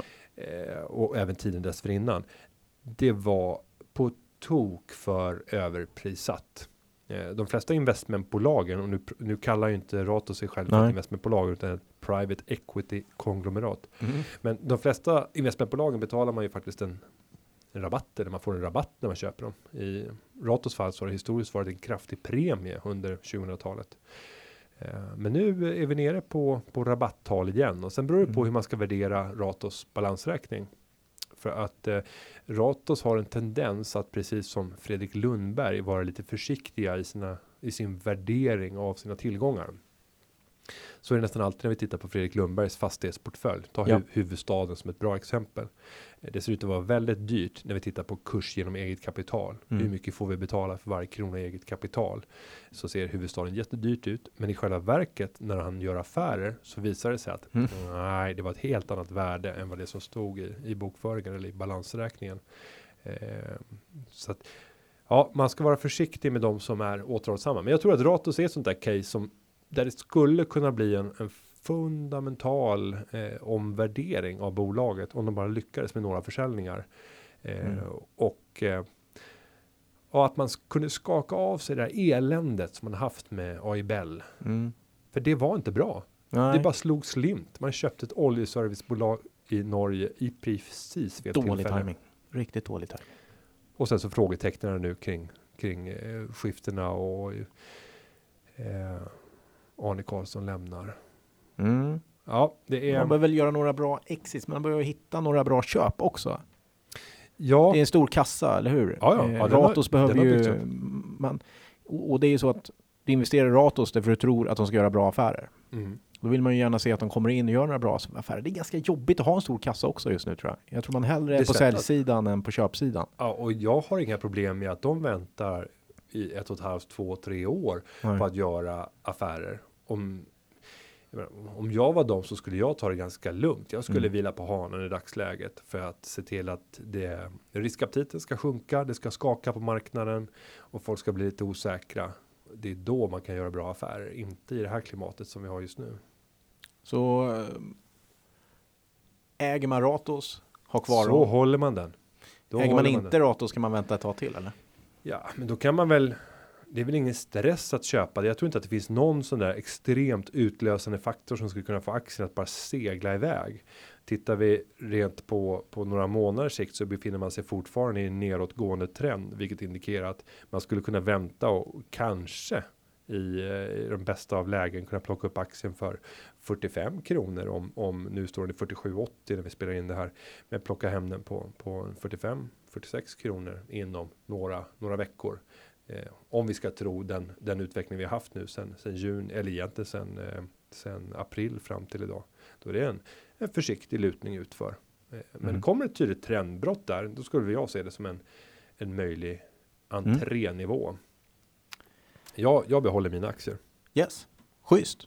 Speaker 1: och även tiden dessförinnan, det var på tok för överprissatt. De flesta investmentbolagen, och nu kallar ju inte Ratos sig själv ett investmentbolag utan ett private equity konglomerat. Men de flesta investmentbolagen betalar man ju faktiskt en rabatt, eller man får en rabatt när man köper dem. I Ratos fall så har det historiskt varit en kraftig premie under 2000-talet. Men nu är vi nere på rabatttal igen, och sen beror det på hur man ska värdera Ratos balansräkning. För att Ratos har en tendens att, precis som Fredrik Lundberg, vara lite försiktiga i sin värdering av sina tillgångar. Så är det nästan alltid när vi tittar på Fredrik Lundbergs fastighetsportfölj. Ta huvudstaden som ett bra exempel. Det ser ut att vara väldigt dyrt när vi tittar på kurs genom eget kapital. Hur mycket får vi betala för varje krona eget kapital? Så ser huvudstaden jättedyrt ut. Men i själva verket, när han gör affärer, så visar det sig att nej, det var ett helt annat värde än vad det som stod i bokföringen eller i balansräkningen. Så att, ja, man ska vara försiktig med de som är återhållsamma. Men jag tror att Ratos är ett sånt där case där det skulle kunna bli en fundamental omvärdering av bolaget om de bara lyckades med några försäljningar. Och att man kunde skaka av sig det där eländet som man haft med AIBell. För det var inte bra. Det bara slog slint. Man köpte ett oljeservicebolag i Norge i precis vid
Speaker 2: dålig timing. Riktigt dålig timing.
Speaker 1: Och sen så frågetecknen nu kring skiftena och Arne Karlsson lämnar. Ja, det är...
Speaker 2: Man behöver väl göra några bra exits, men man behöver hitta nåra bra köp också.
Speaker 1: Ja.
Speaker 2: Det är en stor kassa, eller hur?
Speaker 1: Ja,
Speaker 2: Ratos behöver ju... Och det är ju så att du investerar i Ratos därför du tror att de ska göra bra affärer. Då vill man ju gärna se att de kommer in och gör några bra affärer. Det är ganska jobbigt att ha en stor kassa också just nu, tror jag. Jag tror man hellre är på säljsidan än på köpsidan. Ja,
Speaker 1: och jag har inga problem med att de väntar i 1,5, 2, 3 år på att göra affärer. Om jag var dem så skulle jag ta det ganska lugnt. Jag skulle vila på hanen i dagsläget för att se till att riskaptiten ska sjunka, det ska skaka på marknaden och folk ska bli lite osäkra. Det är då man kan göra bra affärer, inte i det här klimatet som vi har just nu.
Speaker 2: Så äger man Ratos, har kvar
Speaker 1: så håller man den.
Speaker 2: Äger man inte Ratos kan man vänta ett tag till, eller?
Speaker 1: Ja, men då kan man väl... Det är väl ingen stress att köpa det. Jag tror inte att det finns någon sån där extremt utlösande faktor som skulle kunna få aktien att bara segla iväg. Tittar vi rent på några månaders sikt så befinner man sig fortfarande i en nedåtgående trend. Vilket indikerar att man skulle kunna vänta och kanske i de bästa av lägen kunna plocka upp aktien för 45 kronor. Om nu står den i 47,80 när vi spelar in det här. Men plocka hem den på 45-46 kronor inom några veckor. Om vi ska tro den utveckling vi har haft nu sen juni, eller egentligen sen april fram till idag. Då är det en försiktig lutning utför. Men kommer ett tydligt trendbrott där, då skulle jag se det som en möjlig entrénivå. Jag behåller mina aktier.
Speaker 2: Yes, schysst.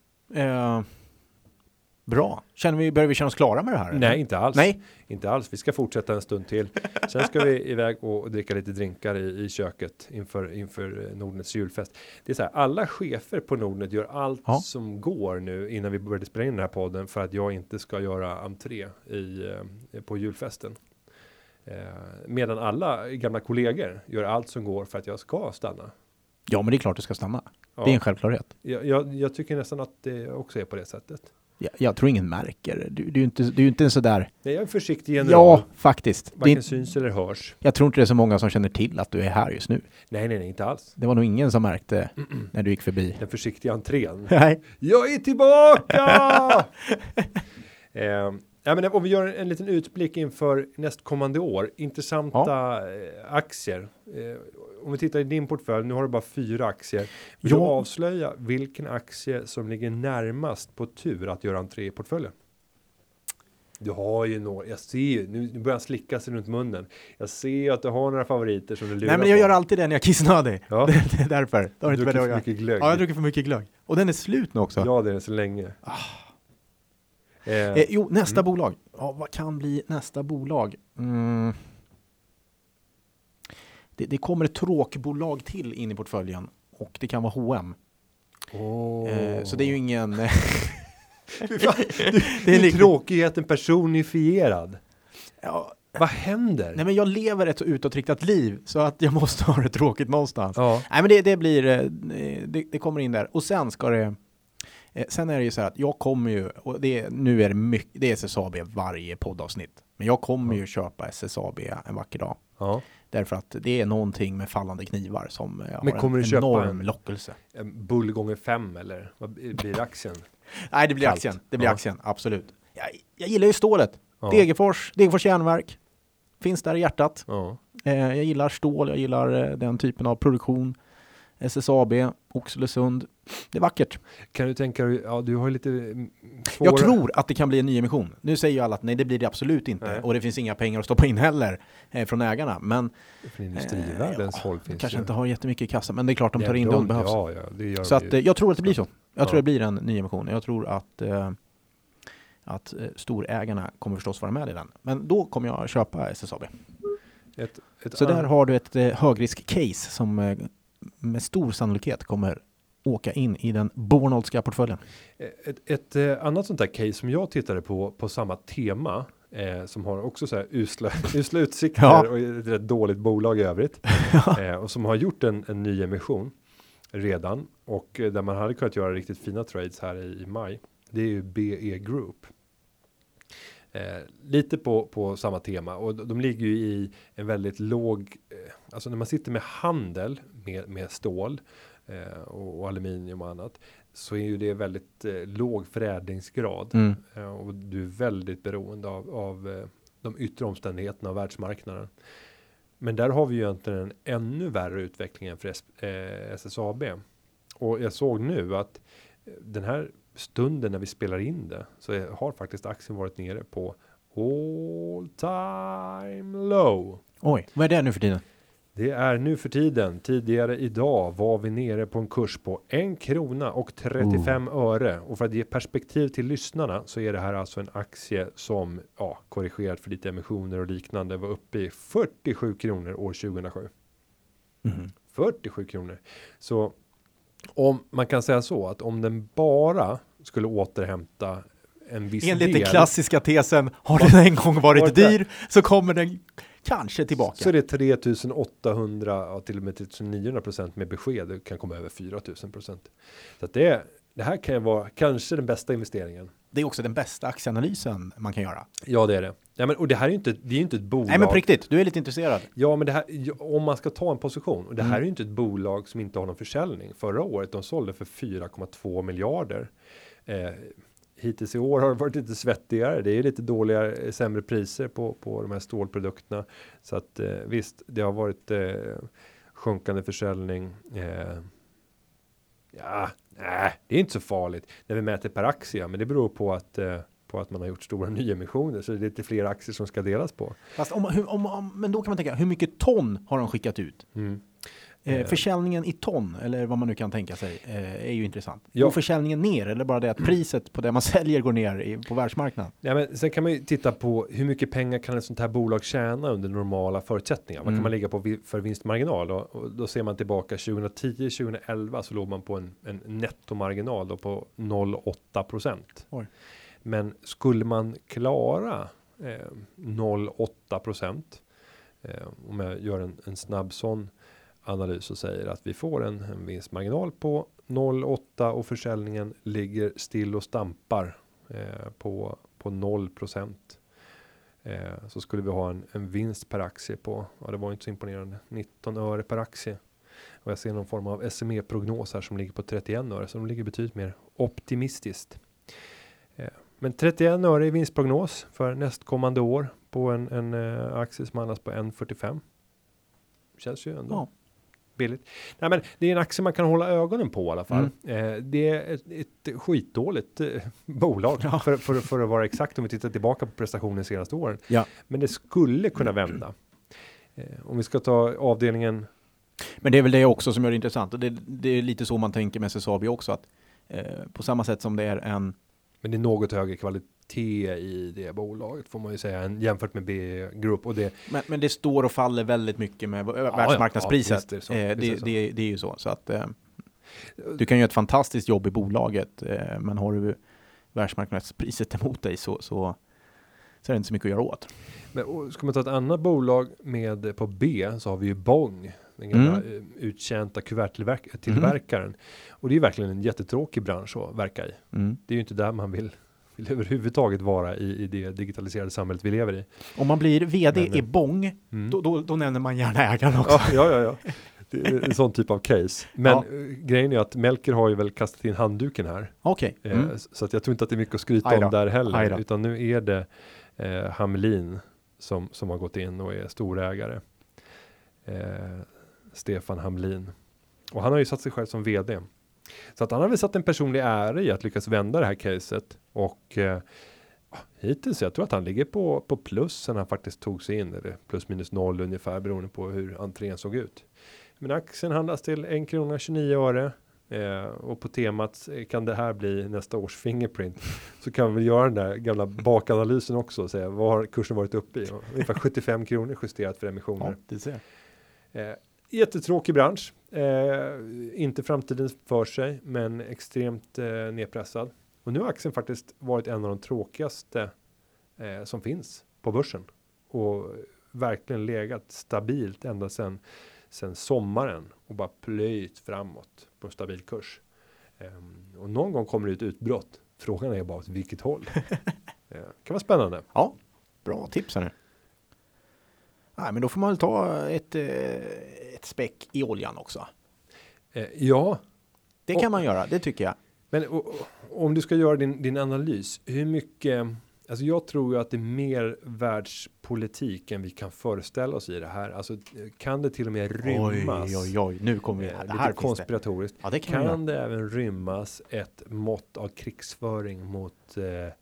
Speaker 2: Bra. Börjar vi känna oss klara med det här?
Speaker 1: Nej, eller? Inte alls.
Speaker 2: Nej.
Speaker 1: Inte alls. Vi ska fortsätta en stund till. Sen ska vi iväg och dricka lite drinkar i köket inför Nordnets julfest. Det är så här, alla chefer på Nordnet gör allt som går nu innan vi började spela in den här podden för att jag inte ska göra entré på julfesten. Medan alla gamla kollegor gör allt som går för att jag ska stanna.
Speaker 2: Ja, men det är klart du ska stanna. Ja. Det är en självklarhet.
Speaker 1: Jag tycker nästan att det också är på det sättet.
Speaker 2: Jag tror ingen märker. Du är ju inte en sådär...
Speaker 1: Nej, jag är en försiktig general.
Speaker 2: Ja, faktiskt.
Speaker 1: Varken syns eller hörs.
Speaker 2: Jag tror inte det är så många som känner till att du är här just nu.
Speaker 1: Nej, inte alls.
Speaker 2: Det var nog ingen som märkte när du gick förbi.
Speaker 1: Den försiktiga entrén.
Speaker 2: Nej.
Speaker 1: Jag är tillbaka! Men om vi gör en liten utblick inför nästkommande år. Intressanta aktier. Om vi tittar i din portfölj, nu har du bara 4 aktier. Vill du avslöja vilken aktie som ligger närmast på tur att göra entré i portföljen? Du har ju några, jag ser ju, nu börjar han slicka sig runt munnen. Jag ser ju att du har några favoriter som du lurar.
Speaker 2: Nej, men jag gör alltid det när jag är kissnödig.
Speaker 1: Ja.
Speaker 2: Det är därför.
Speaker 1: Du har druckit för mycket glögg.
Speaker 2: Ja, jag druckit för mycket glögg. Och den är slut nu också.
Speaker 1: Ja, det är så länge.
Speaker 2: Nästa bolag. Ja, vad kan bli nästa bolag? Det kommer ett tråkbolag till in i portföljen. Och det kan vara H&M. Så det är ju ingen...
Speaker 1: det är tråkigheten personifierad.
Speaker 2: Ja.
Speaker 1: Vad händer?
Speaker 2: Nej, men jag lever ett utåtriktat liv så att jag måste ha det tråkigt någonstans.
Speaker 1: Ja.
Speaker 2: Nej, men det blir... Det kommer in där. Och sen ska det... Sen är det ju så här att jag kommer ju, och nu är det mycket, det är SSAB varje poddavsnitt. Men jag kommer ju köpa SSAB en vacker dag.
Speaker 1: Ja.
Speaker 2: Därför att det är någonting med fallande knivar som
Speaker 1: men
Speaker 2: har en enorm lockelse.
Speaker 1: En bull gånger 5 eller vad blir aktien?
Speaker 2: Nej, det blir
Speaker 1: Kallt.
Speaker 2: aktien. Det blir aktien, absolut. Jag gillar ju stålet.
Speaker 1: Ja.
Speaker 2: Degerfors järnverk. Finns där i hjärtat.
Speaker 1: Ja.
Speaker 2: Jag gillar stål, jag gillar den typen av produktion. SSAB, Oxelösund. Det är vackert.
Speaker 1: Kan du tänka dig, du har lite svåra...
Speaker 2: Jag tror att det kan bli en nyemission. Nu säger ju alla att nej, det blir det absolut inte. Nej. Och det finns inga pengar att stoppa in heller från ägarna. Men
Speaker 1: för industrivärldens håll finns
Speaker 2: kanske
Speaker 1: det.
Speaker 2: Inte har jättemycket i kassa, men det är klart de tar in det om det behövs.
Speaker 1: Ja, det gör
Speaker 2: så att, jag tror att det blir så. Jag tror det blir en nyemission. Jag tror att storägarna kommer förstås vara med i den. Men då kommer jag köpa SSAB. Så där har du ett högrisk-case som med stor sannolikhet kommer åka in i den Bornoldska portföljen.
Speaker 1: Ett annat sånt där case som jag tittade på samma tema som har också så här usla utsikter och ett rätt dåligt bolag i övrigt och som har gjort en ny emission redan och där man hade kunnat göra riktigt fina trades här i maj. Det är ju BE Group. Lite på samma tema och de ligger ju i en väldigt låg, alltså när man sitter med handel med stål och aluminium och annat så är ju det väldigt låg förädlingsgrad och du är väldigt beroende av de yttre omständigheterna av världsmarknaden. Men där har vi ju egentligen en ännu värre utveckling än för SSAB. Och jag såg nu att den här stunden när vi spelar in det så har faktiskt aktien varit nere på all time low.
Speaker 2: Oj, vad är det nu för tiden?
Speaker 1: Det är nu för tiden. Tidigare idag var vi nere på en kurs på 1 krona och 35 öre. Och för att ge perspektiv till lyssnarna så är det här alltså en aktie som korrigerat för lite emissioner och liknande var uppe i 47 kronor år 2007. 47 kronor. Så om man kan säga så att om den bara skulle återhämta en viss
Speaker 2: enligt
Speaker 1: del.
Speaker 2: Den klassiska tesen, har den en gång varit dyr så kommer den kanske tillbaka.
Speaker 1: Så är det 3800 till och med 3900% med besked. Det kan komma över 4000%. Så att det här kan ju vara kanske den bästa investeringen.
Speaker 2: Det är också den bästa aktieanalysen man kan göra.
Speaker 1: Ja, det är det. Ja, men, och det här är ju inte ett bolag.
Speaker 2: Nej, men på riktigt, du är lite intresserad.
Speaker 1: Ja, men det här, om man ska ta en position. Och det här är ju inte ett bolag som inte har någon försäljning. Förra året de sålde för 4,2 miljarder. Hittills i år har det varit lite svettigare. Det är lite dåliga, sämre priser på de här stålprodukterna. Så att visst, det har varit sjunkande försäljning. Det är inte så farligt när vi mäter per aktie. Men det beror på att man har gjort stora nyemissioner. Så det är lite fler aktier som ska delas på.
Speaker 2: Fast men då kan man tänka, hur mycket ton har de skickat ut? Försäljningen i ton, eller vad man nu kan tänka sig, är ju intressant.
Speaker 1: Ja.
Speaker 2: Och försäljningen ner, eller bara det att priset på det man säljer går ner på världsmarknaden?
Speaker 1: Ja, men sen kan man ju titta på hur mycket pengar kan ett sånt här bolag tjäna under normala förutsättningar. Vad kan man ligga på för vinstmarginal? Och då ser man tillbaka 2010-2011 så låg man på en nettomarginal då på 0,8%.
Speaker 2: Oj.
Speaker 1: Men skulle man klara 0,8%, om jag gör en snabb sån analys och säger att vi får en vinstmarginal på 0,8 och försäljningen ligger still och stampar på 0%. Så skulle vi ha en vinst per aktie på, ja det var inte så imponerande, 19 öre per aktie. Och jag ser någon form av SME-prognos här som ligger på 31 öre, så de ligger betydligt mer optimistiskt. Men 31 öre i vinstprognos för nästkommande år på en aktie som handlas på 1,45. Känns ju ändå billigt. Nej, men det är en aktie man kan hålla ögonen på i alla fall. Det är ett skitdåligt bolag för att vara exakt om vi tittar tillbaka på prestationen de senaste åren.
Speaker 2: Ja.
Speaker 1: Men det skulle kunna vända. Om vi ska ta avdelningen.
Speaker 2: Men det är väl det också som gör det intressant. Och det är lite så man tänker med SSAB också. Att, på samma sätt som det är en...
Speaker 1: Men det är något högre kvalitet i det bolaget får man ju säga jämfört med B-Group. Och det...
Speaker 2: men det står och faller väldigt mycket med världsmarknadspriset.
Speaker 1: Ja,
Speaker 2: det är ju så. Så att, du kan göra ett fantastiskt jobb i bolaget. Men har du världsmarknadspriset emot dig så är det inte så mycket att göra åt.
Speaker 1: Men ska man ta ett annat bolag med på B så har vi ju Bong. Den gamla uttjänta kuverttillverkaren. Och det är verkligen en jättetråkig bransch att verka i. Det är ju inte där man vill överhuvudtaget vara i det digitaliserade samhället vi lever i.
Speaker 2: Om man blir vd i Bong, då nämner man gärna ägaren också.
Speaker 1: Ja. Det är en sån typ av case. Men grejen är att Melker har ju väl kastat in handduken här.
Speaker 2: Okej.
Speaker 1: Så att jag tror inte att det är mycket att skryta om där heller.
Speaker 2: Ajda.
Speaker 1: Utan nu är det Hamelin som har gått in och är storägare. Stefan Hamelin. Och han har ju satt sig själv som vd. Så att han har väl satt en personlig ära i att lyckas vända det här caset. Och hittills, jag tror att han ligger på plus sen han faktiskt tog sig in. Eller plus minus 0 ungefär beroende på hur entrén såg ut. Men aktien handlas till 1 krona 29 öre. Och på temat kan det här bli nästa års Fingerprint, så kan vi göra den där gamla bakanalysen också och säga vad har kursen varit uppe i? Ungefär 75 kronor justerat för emissioner.
Speaker 2: Ja, det ser.
Speaker 1: Jättetråkig bransch. Inte framtiden för sig, men extremt nedpressad. Och nu har aktien faktiskt varit en av de tråkigaste som finns på börsen. Och verkligen legat stabilt ända sedan sommaren och bara plöjt framåt på en stabil kurs. Och någon gång kommer det ett utbrott. Frågan är bara åt vilket håll. Kan vara spännande.
Speaker 2: Ja, bra tips här. Nej, men då får man väl ta ett späck i oljan också.
Speaker 1: Ja.
Speaker 2: Det kan man göra, det tycker jag.
Speaker 1: Men om du ska göra din analys, hur mycket... Alltså jag tror ju att det är mer världspolitik än vi kan föreställa oss i det här. Alltså kan det till och med rymmas...
Speaker 2: Oj, nu kommer det här
Speaker 1: lite konspiratoriskt.
Speaker 2: Ja, det
Speaker 1: kan det även rymmas ett mått av krigsföring mot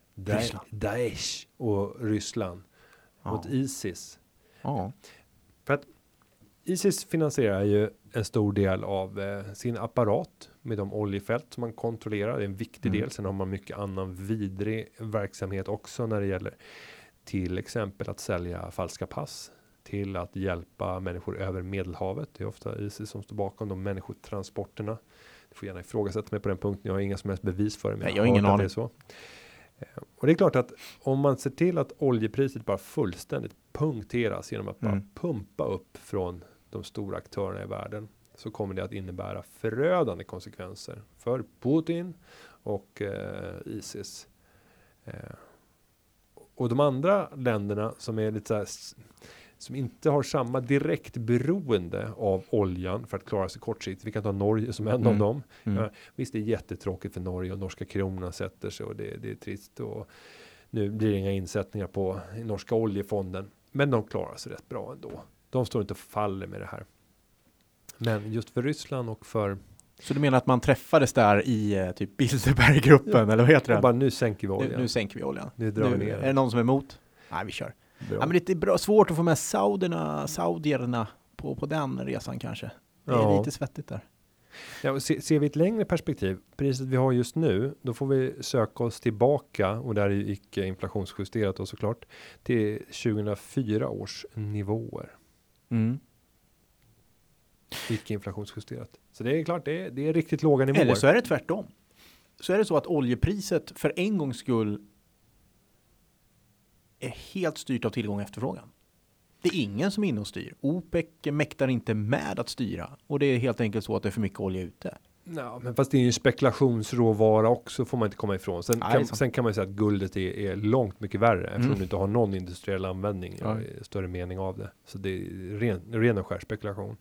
Speaker 1: Daesh och Ryssland? Mot ISIS?
Speaker 2: Ja.
Speaker 1: För att ISIS finansierar ju en stor del av sin apparat med de oljefält som man kontrollerar. Det är en viktig del. Sen har man mycket annan vidrig verksamhet också när det gäller till exempel att sälja falska pass, till att hjälpa människor över Medelhavet. Det är ofta ISIS som står bakom de människotransporterna. Du får gärna ifrågasätta mig på den punkten. Jag har inga som helst bevis för det. Men
Speaker 2: jag har ingen aning.
Speaker 1: Det är så. Och det är klart att om man ser till att oljepriset bara fullständigt punkteras genom att bara pumpa upp från de stora aktörerna i världen, så kommer det att innebära förödande konsekvenser för Putin och ISIS. Och de andra länderna som är lite så här, som inte har samma direkt beroende av oljan för att klara sig kortsiktigt. Vi kan ta Norge som en av dem. Ja, visst, det är jättetråkigt för Norge och norska kronan sätter sig och det är trist. Och nu blir det inga insättningar på i norska oljefonden. Men de klarar sig rätt bra ändå. De står inte och faller med det här. Men just för Ryssland och för...
Speaker 2: Så du menar att man träffades där i typ Bilderberggruppen eller vad heter det?
Speaker 1: Bara nu sänker vi oljan.
Speaker 2: Nu sänker vi oljan.
Speaker 1: Nu drar vi ner.
Speaker 2: Är det någon som är emot? Nej, vi kör. Ja, men det är bra, svårt att få med saudierna på den resan kanske. Det är lite svettigt där.
Speaker 1: Ja, och ser vi ett längre perspektiv, priset vi har just nu, då får vi söka oss tillbaka, och där är ju icke inflationsjusterat och såklart, till 2004 års nivåer. Icke inflationsjusterat. Så det är klart, det är riktigt låga nivåer.
Speaker 2: Eller så är det tvärtom. Så är det så att oljepriset för en gångs skull är helt styrt av tillgång och efterfrågan. Det är ingen som är inne och styr. OPEC mäktar inte med att styra. Och det är helt enkelt så att det är för mycket olja ute.
Speaker 1: Ja, men fast det är ju en spekulationsråvara också, får man inte komma ifrån. Sen kan man ju säga att guldet är långt mycket värre eftersom du inte har någon industriell användning i större mening av det. Så det är ren och skär spekulation.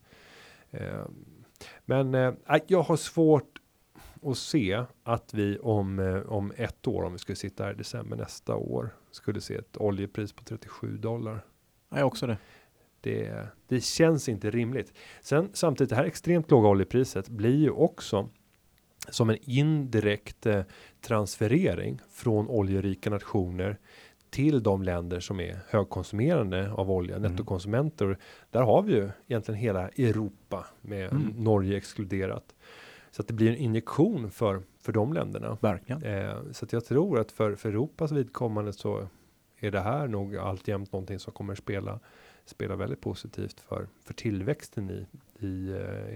Speaker 1: Men jag har svårt att se att vi om ett år, om vi skulle sitta här i december nästa år, skulle se ett oljepris på $37.
Speaker 2: Ja, också det.
Speaker 1: Det känns inte rimligt. Sen samtidigt, det här extremt låga oljepriset blir ju också som en indirekt transferering från oljerika nationer till de länder som är högkonsumerande av olja, nettokonsumenter. Där har vi ju egentligen hela Europa med Norge exkluderat. Så att det blir en injektion för de länderna.
Speaker 2: Verkligen.
Speaker 1: Så att jag tror att för Europas vidkommande så är det här nog alltjämt någonting som kommer spela väldigt positivt för tillväxten i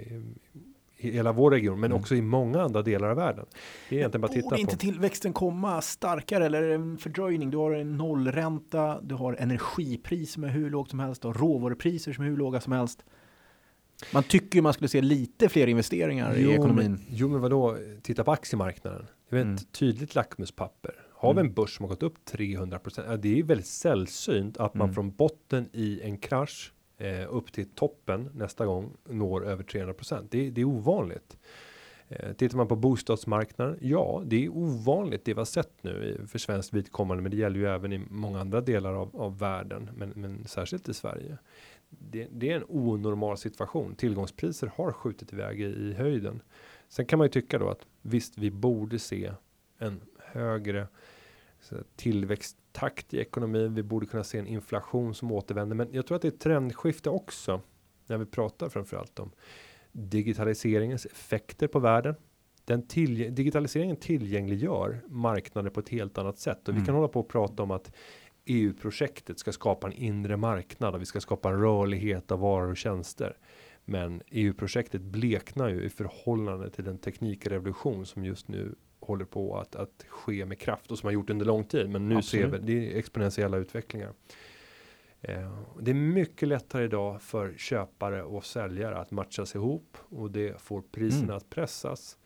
Speaker 1: hela vår region, men också i många andra delar av världen. Det är egentligen bara titta på.
Speaker 2: Inte tillväxten komma starkare eller en fördröjning? Du har en nollränta, du har energipris som är hur lågt som helst och råvarupriser som är hur låga som helst. Man tycker ju man skulle se lite fler investeringar i ekonomin.
Speaker 1: Men vadå? Titta på aktiemarknaden. Det är ett tydligt lackmuspapper. Har vi en börs som har gått upp 300%? Det är väldigt sällsynt att man från botten i en krasch upp till toppen nästa gång når över 300%. Det är ovanligt. Tittar man på bostadsmarknaden, ja, det är ovanligt det vi har sett nu för svenskt vidkommande, men det gäller ju även i många andra delar av världen, men särskilt i Sverige. Det är en onormal situation. Tillgångspriser har skjutit iväg i höjden. Sen kan man ju tycka då att visst, vi borde se en högre tillväxttakt i ekonomin. Vi borde kunna se en inflation som återvänder. Men jag tror att det är ett trendskifte också när vi pratar framförallt om digitaliseringens effekter på världen. Digitaliseringen tillgängliggör marknader på ett helt annat sätt. Och vi kan hålla på och prata om att EU-projektet ska skapa en inre marknad och vi ska skapa en rörlighet av varor och tjänster. Men EU-projektet bleknar ju i förhållande till den teknikrevolution som just nu håller på att ske med kraft och som har gjort under lång tid. Men nu ser vi, det är exponentiella utvecklingar. Det är mycket lättare idag för köpare och säljare att matchas ihop och det får priserna att pressas.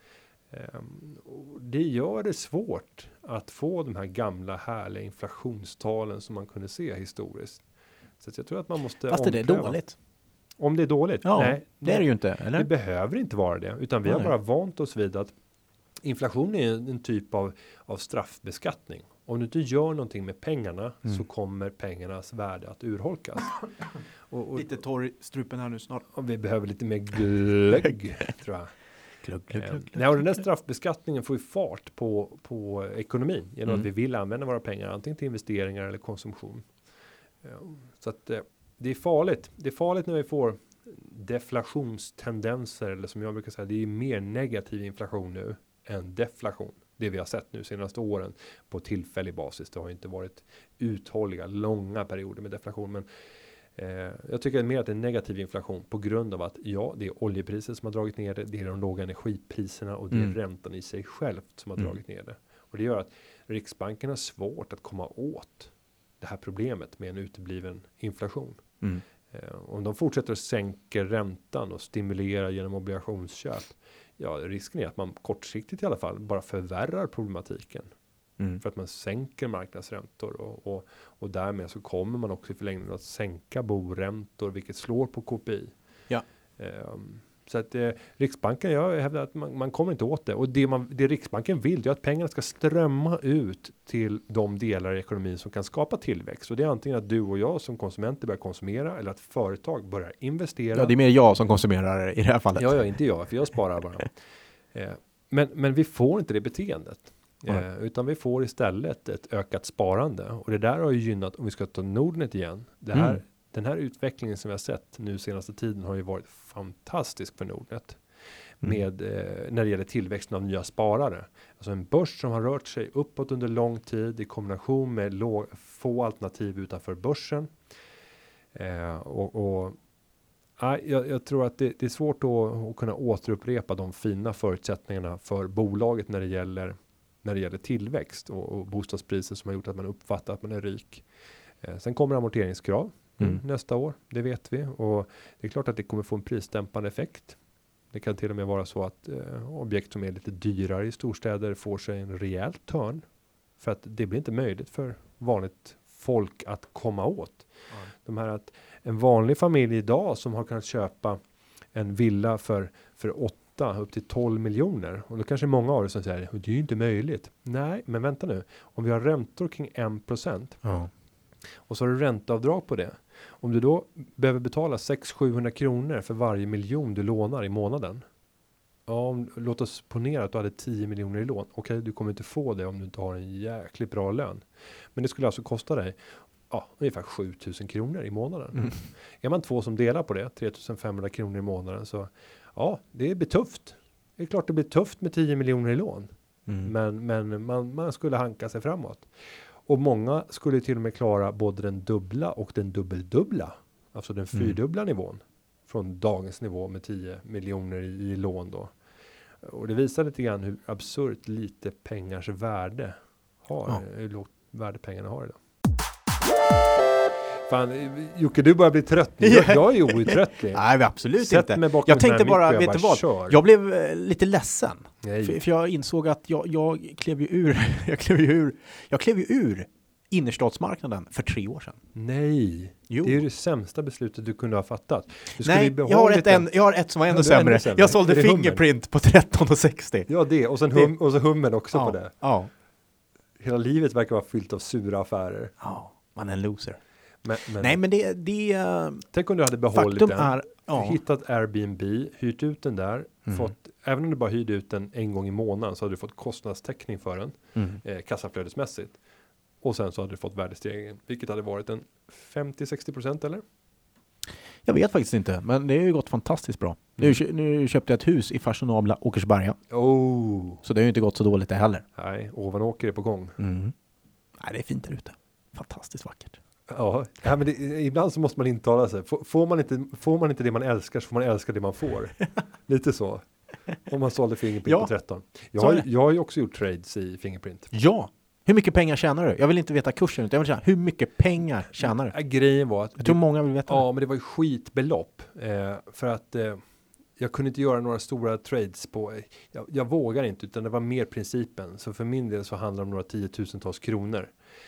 Speaker 1: Och det gör det svårt att få de här gamla härliga inflationstalen som man kunde se historiskt. Så jag tror att man måste
Speaker 2: Fast det är dåligt.
Speaker 1: Om det är dåligt?
Speaker 2: Ja,
Speaker 1: nej,
Speaker 2: det är det ju inte. Eller?
Speaker 1: Det behöver inte vara det. Utan vi har bara vant oss vid att inflation är en typ av straffbeskattning. Om du inte gör någonting med pengarna så kommer pengarnas värde att urholkas. Och
Speaker 2: lite torr i strupen här nu snart.
Speaker 1: Och vi behöver lite mer glögg, tror jag. Nej, och den där straffbeskattningen får ju fart på ekonomin genom att vi vill använda våra pengar antingen till investeringar eller konsumtion. Så att det är farligt. Det är farligt när vi får deflationstendenser, eller som jag brukar säga, det är mer negativ inflation nu än deflation. Det vi har sett nu senaste åren på tillfällig basis. Det har inte varit uthålliga, långa perioder med deflation, men jag tycker mer att det är negativ inflation på grund av att det är oljepriset som har dragit ner det, det är de låga energipriserna och det är räntan i sig självt som har dragit ner det. Och det gör att Riksbanken har svårt att komma åt det här problemet med en utebliven inflation. Om de fortsätter att sänka räntan och stimulera genom obligationsköp, risken är att man kortsiktigt i alla fall bara förvärrar problematiken. För att man sänker marknadsräntor och därmed så kommer man också i förlängningen att sänka boräntor, vilket slår på KPI.
Speaker 2: Ja.
Speaker 1: Så att Riksbanken, jag hävdar att man kommer inte åt det. Och det Riksbanken vill är att pengarna ska strömma ut till de delar i ekonomin som kan skapa tillväxt. Och det är antingen att du och jag som konsumenter börjar konsumera eller att företag börjar investera.
Speaker 2: Ja, det är mer jag som konsumerar i det här fallet.
Speaker 1: Ja, inte jag, för jag sparar bara. Men vi får inte det beteendet. Utan vi får istället ett ökat sparande. Och det där har ju gynnat, om vi ska ta Nordnet igen, den här utvecklingen som vi har sett nu senaste tiden har ju varit fantastisk för Nordnet. Med, när det gäller tillväxten av nya sparare. Alltså en börs som har rört sig uppåt under lång tid i kombination med få alternativ utanför börsen. Jag tror att det är svårt att kunna återupprepa de fina förutsättningarna för bolaget när det gäller tillväxt och bostadspriser som har gjort att man uppfattar att man är rik. Sen kommer amorteringskrav nästa år, det vet vi. Och det är klart att det kommer få en prisdämpande effekt. Det kan till och med vara så att objekt som är lite dyrare i storstäder får sig en rejäl törn. För att det blir inte möjligt för vanligt folk att komma åt. De här att en vanlig familj idag som har kunnat köpa en villa för 8 upp till 12 miljoner. Och då kanske många av er som säger det är ju inte möjligt. Nej, men vänta nu. Om vi har räntor kring 1% och så har du ränteavdrag på det. Om du då behöver betala 600-700 kronor för varje miljon du lånar i månaden. Ja, låt oss ponera att du hade 10 miljoner i lån. Okej, du kommer inte få det om du inte har en jäkligt bra lön. Men det skulle alltså kosta dig ungefär 7000 kronor i månaden. Är man 2 som delar på det, 3500 kronor i månaden, så det blir tufft. Det är klart det blir tufft med 10 miljoner i lån. Men man skulle hanka sig framåt. Och många skulle till och med klara både den dubbla och den dubbeldubbla. Alltså den 4-dubbla nivån. Från dagens nivå med 10 miljoner i lån då. Och det visar lite grann hur absurt lite pengars värde har. Hur lågt värde pengarna har idag. Fan, Jocke, du börjar bli trött. Jag är outtröttlig.
Speaker 2: Nej, absolut inte. Jag tänkte bara, vet du vad? Jag blev lite ledsen. För jag insåg att jag klev ju ur innerstadsmarknaden för 3 år sedan.
Speaker 1: Nej,
Speaker 2: Jo.
Speaker 1: Det är ju det sämsta beslutet du kunde ha fattat.
Speaker 2: Nej, jag har ett som var ännu sämre. Jag sålde Fingerprint på 13,60.
Speaker 1: Ja, det. Och sen och så hummen också på det.
Speaker 2: Ja.
Speaker 1: Hela livet verkar vara fyllt av sura affärer.
Speaker 2: Ja, man är en loser.
Speaker 1: Men,
Speaker 2: nej, men det
Speaker 1: tänk om du hade behållit den,
Speaker 2: är,
Speaker 1: hittat Airbnb, hyrt ut den där, även om du bara hyrde ut den en gång i månaden så hade du fått kostnadstäckning för den, kassaflödesmässigt. Och sen så hade du fått värdestegringen, vilket hade varit en 50-60% eller?
Speaker 2: Jag vet faktiskt inte, men det har ju gått fantastiskt bra. Nu köpte jag ett hus i fashionabla Åkersberga. Så det har ju inte gått så dåligt det heller.
Speaker 1: Nej, Ovanåker är på gång.
Speaker 2: Nej, det är fint där ute. Fantastiskt vackert.
Speaker 1: Ja, men ibland så måste man intala sig. Får man inte det man älskar så får man älska det man får. Lite så. Om man sålde Fingerprint på 13. Jag har ju också gjort trades i Fingerprint.
Speaker 2: Ja. Hur mycket pengar tjänar du? Jag vill inte veta kursen, utan jag vill säga hur mycket pengar tjänar du?
Speaker 1: Grejen var att
Speaker 2: jag tror många vill veta.
Speaker 1: Ja, men det var ju skitbelopp. För att jag kunde inte göra några stora trades på. Jag vågar inte, utan det var mer principen. Så för min del så handlar det om några 10 000-tals kronor.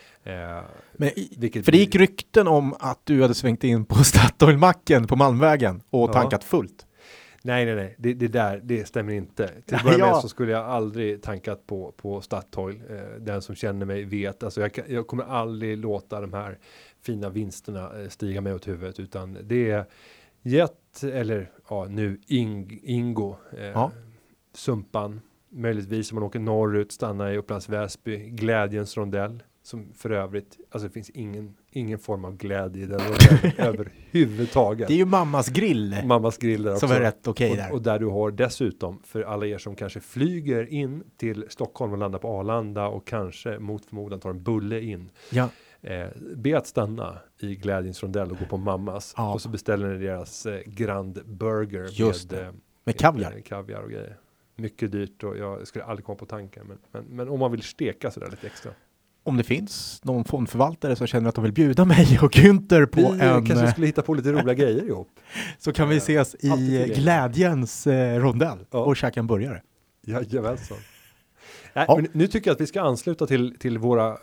Speaker 2: För det gick rykten om att du hade svängt in på Statoil-macken på Malmvägen och tankat fullt.
Speaker 1: Nej. Det stämmer inte. Till att börja med så skulle jag aldrig tankat på Statoil. Den som känner mig vet. Alltså jag kommer aldrig låta de här fina vinsterna stiga mig åt huvudet. Utan det är Jet eller nu Ingo. Sumpan. Möjligtvis om man åker norrut, stannar i Upplands Väsby. Glädjens rondell. Som för övrigt, alltså det finns ingen form av glädje i den överhuvudtaget.
Speaker 2: Det är ju mammas grill
Speaker 1: där också.
Speaker 2: Som är rätt okej där.
Speaker 1: Och där du har dessutom, för alla er som kanske flyger in till Stockholm och landar på Arlanda och kanske mot förmodan tar en bulle in.
Speaker 2: Ja.
Speaker 1: Be att stanna i Glädjens rondell och gå på mammas. Och så beställer ni deras Grand Burger
Speaker 2: med kaviar.
Speaker 1: Kaviar och grejer. Mycket dyrt och jag skulle aldrig komma på tanken. Men om man vill steka så där lite extra.
Speaker 2: Om det finns någon fondförvaltare som känner att de vill bjuda mig och Günther på
Speaker 1: vi kanske skulle hitta på lite roliga grejer ihop.
Speaker 2: Så kan vi ses i Glädjens rondell och käka en burgare.
Speaker 1: Jajamensan. Men nu tycker jag att vi ska ansluta till våra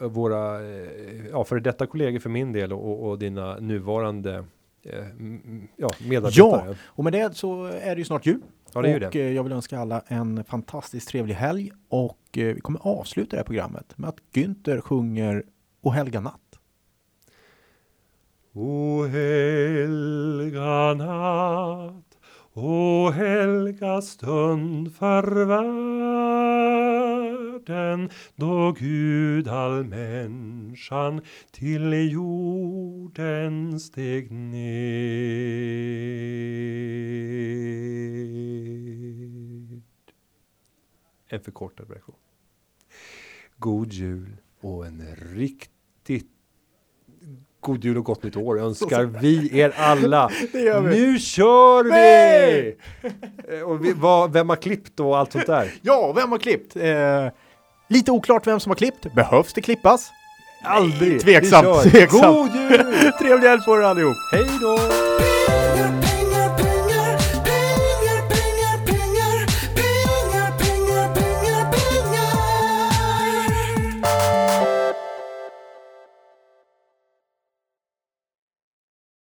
Speaker 1: för detta kollegor för min del och dina nuvarande medarbetare.
Speaker 2: Ja, och med det så är det ju snart jul.
Speaker 1: Ja, det är ju
Speaker 2: och
Speaker 1: det.
Speaker 2: Jag vill önska alla en fantastiskt trevlig helg och vi kommer avsluta det här programmet med att Günther sjunger O helga natt.
Speaker 1: O helga natt, o helga stund för världen, då Gud all människan till jorden steg ned. En förkortad version. God jul och en riktigt god jul och gott nytt år önskar vi er alla. Nu kör vi! Och vem har klippt och allt sånt där?
Speaker 2: Ja, vem har klippt? Lite oklart vem som har klippt. Behövs det klippas?
Speaker 1: Aldrig.
Speaker 2: Tveksamt.
Speaker 1: God jul!
Speaker 2: Trevlig helg för er allihop.
Speaker 1: Hej då!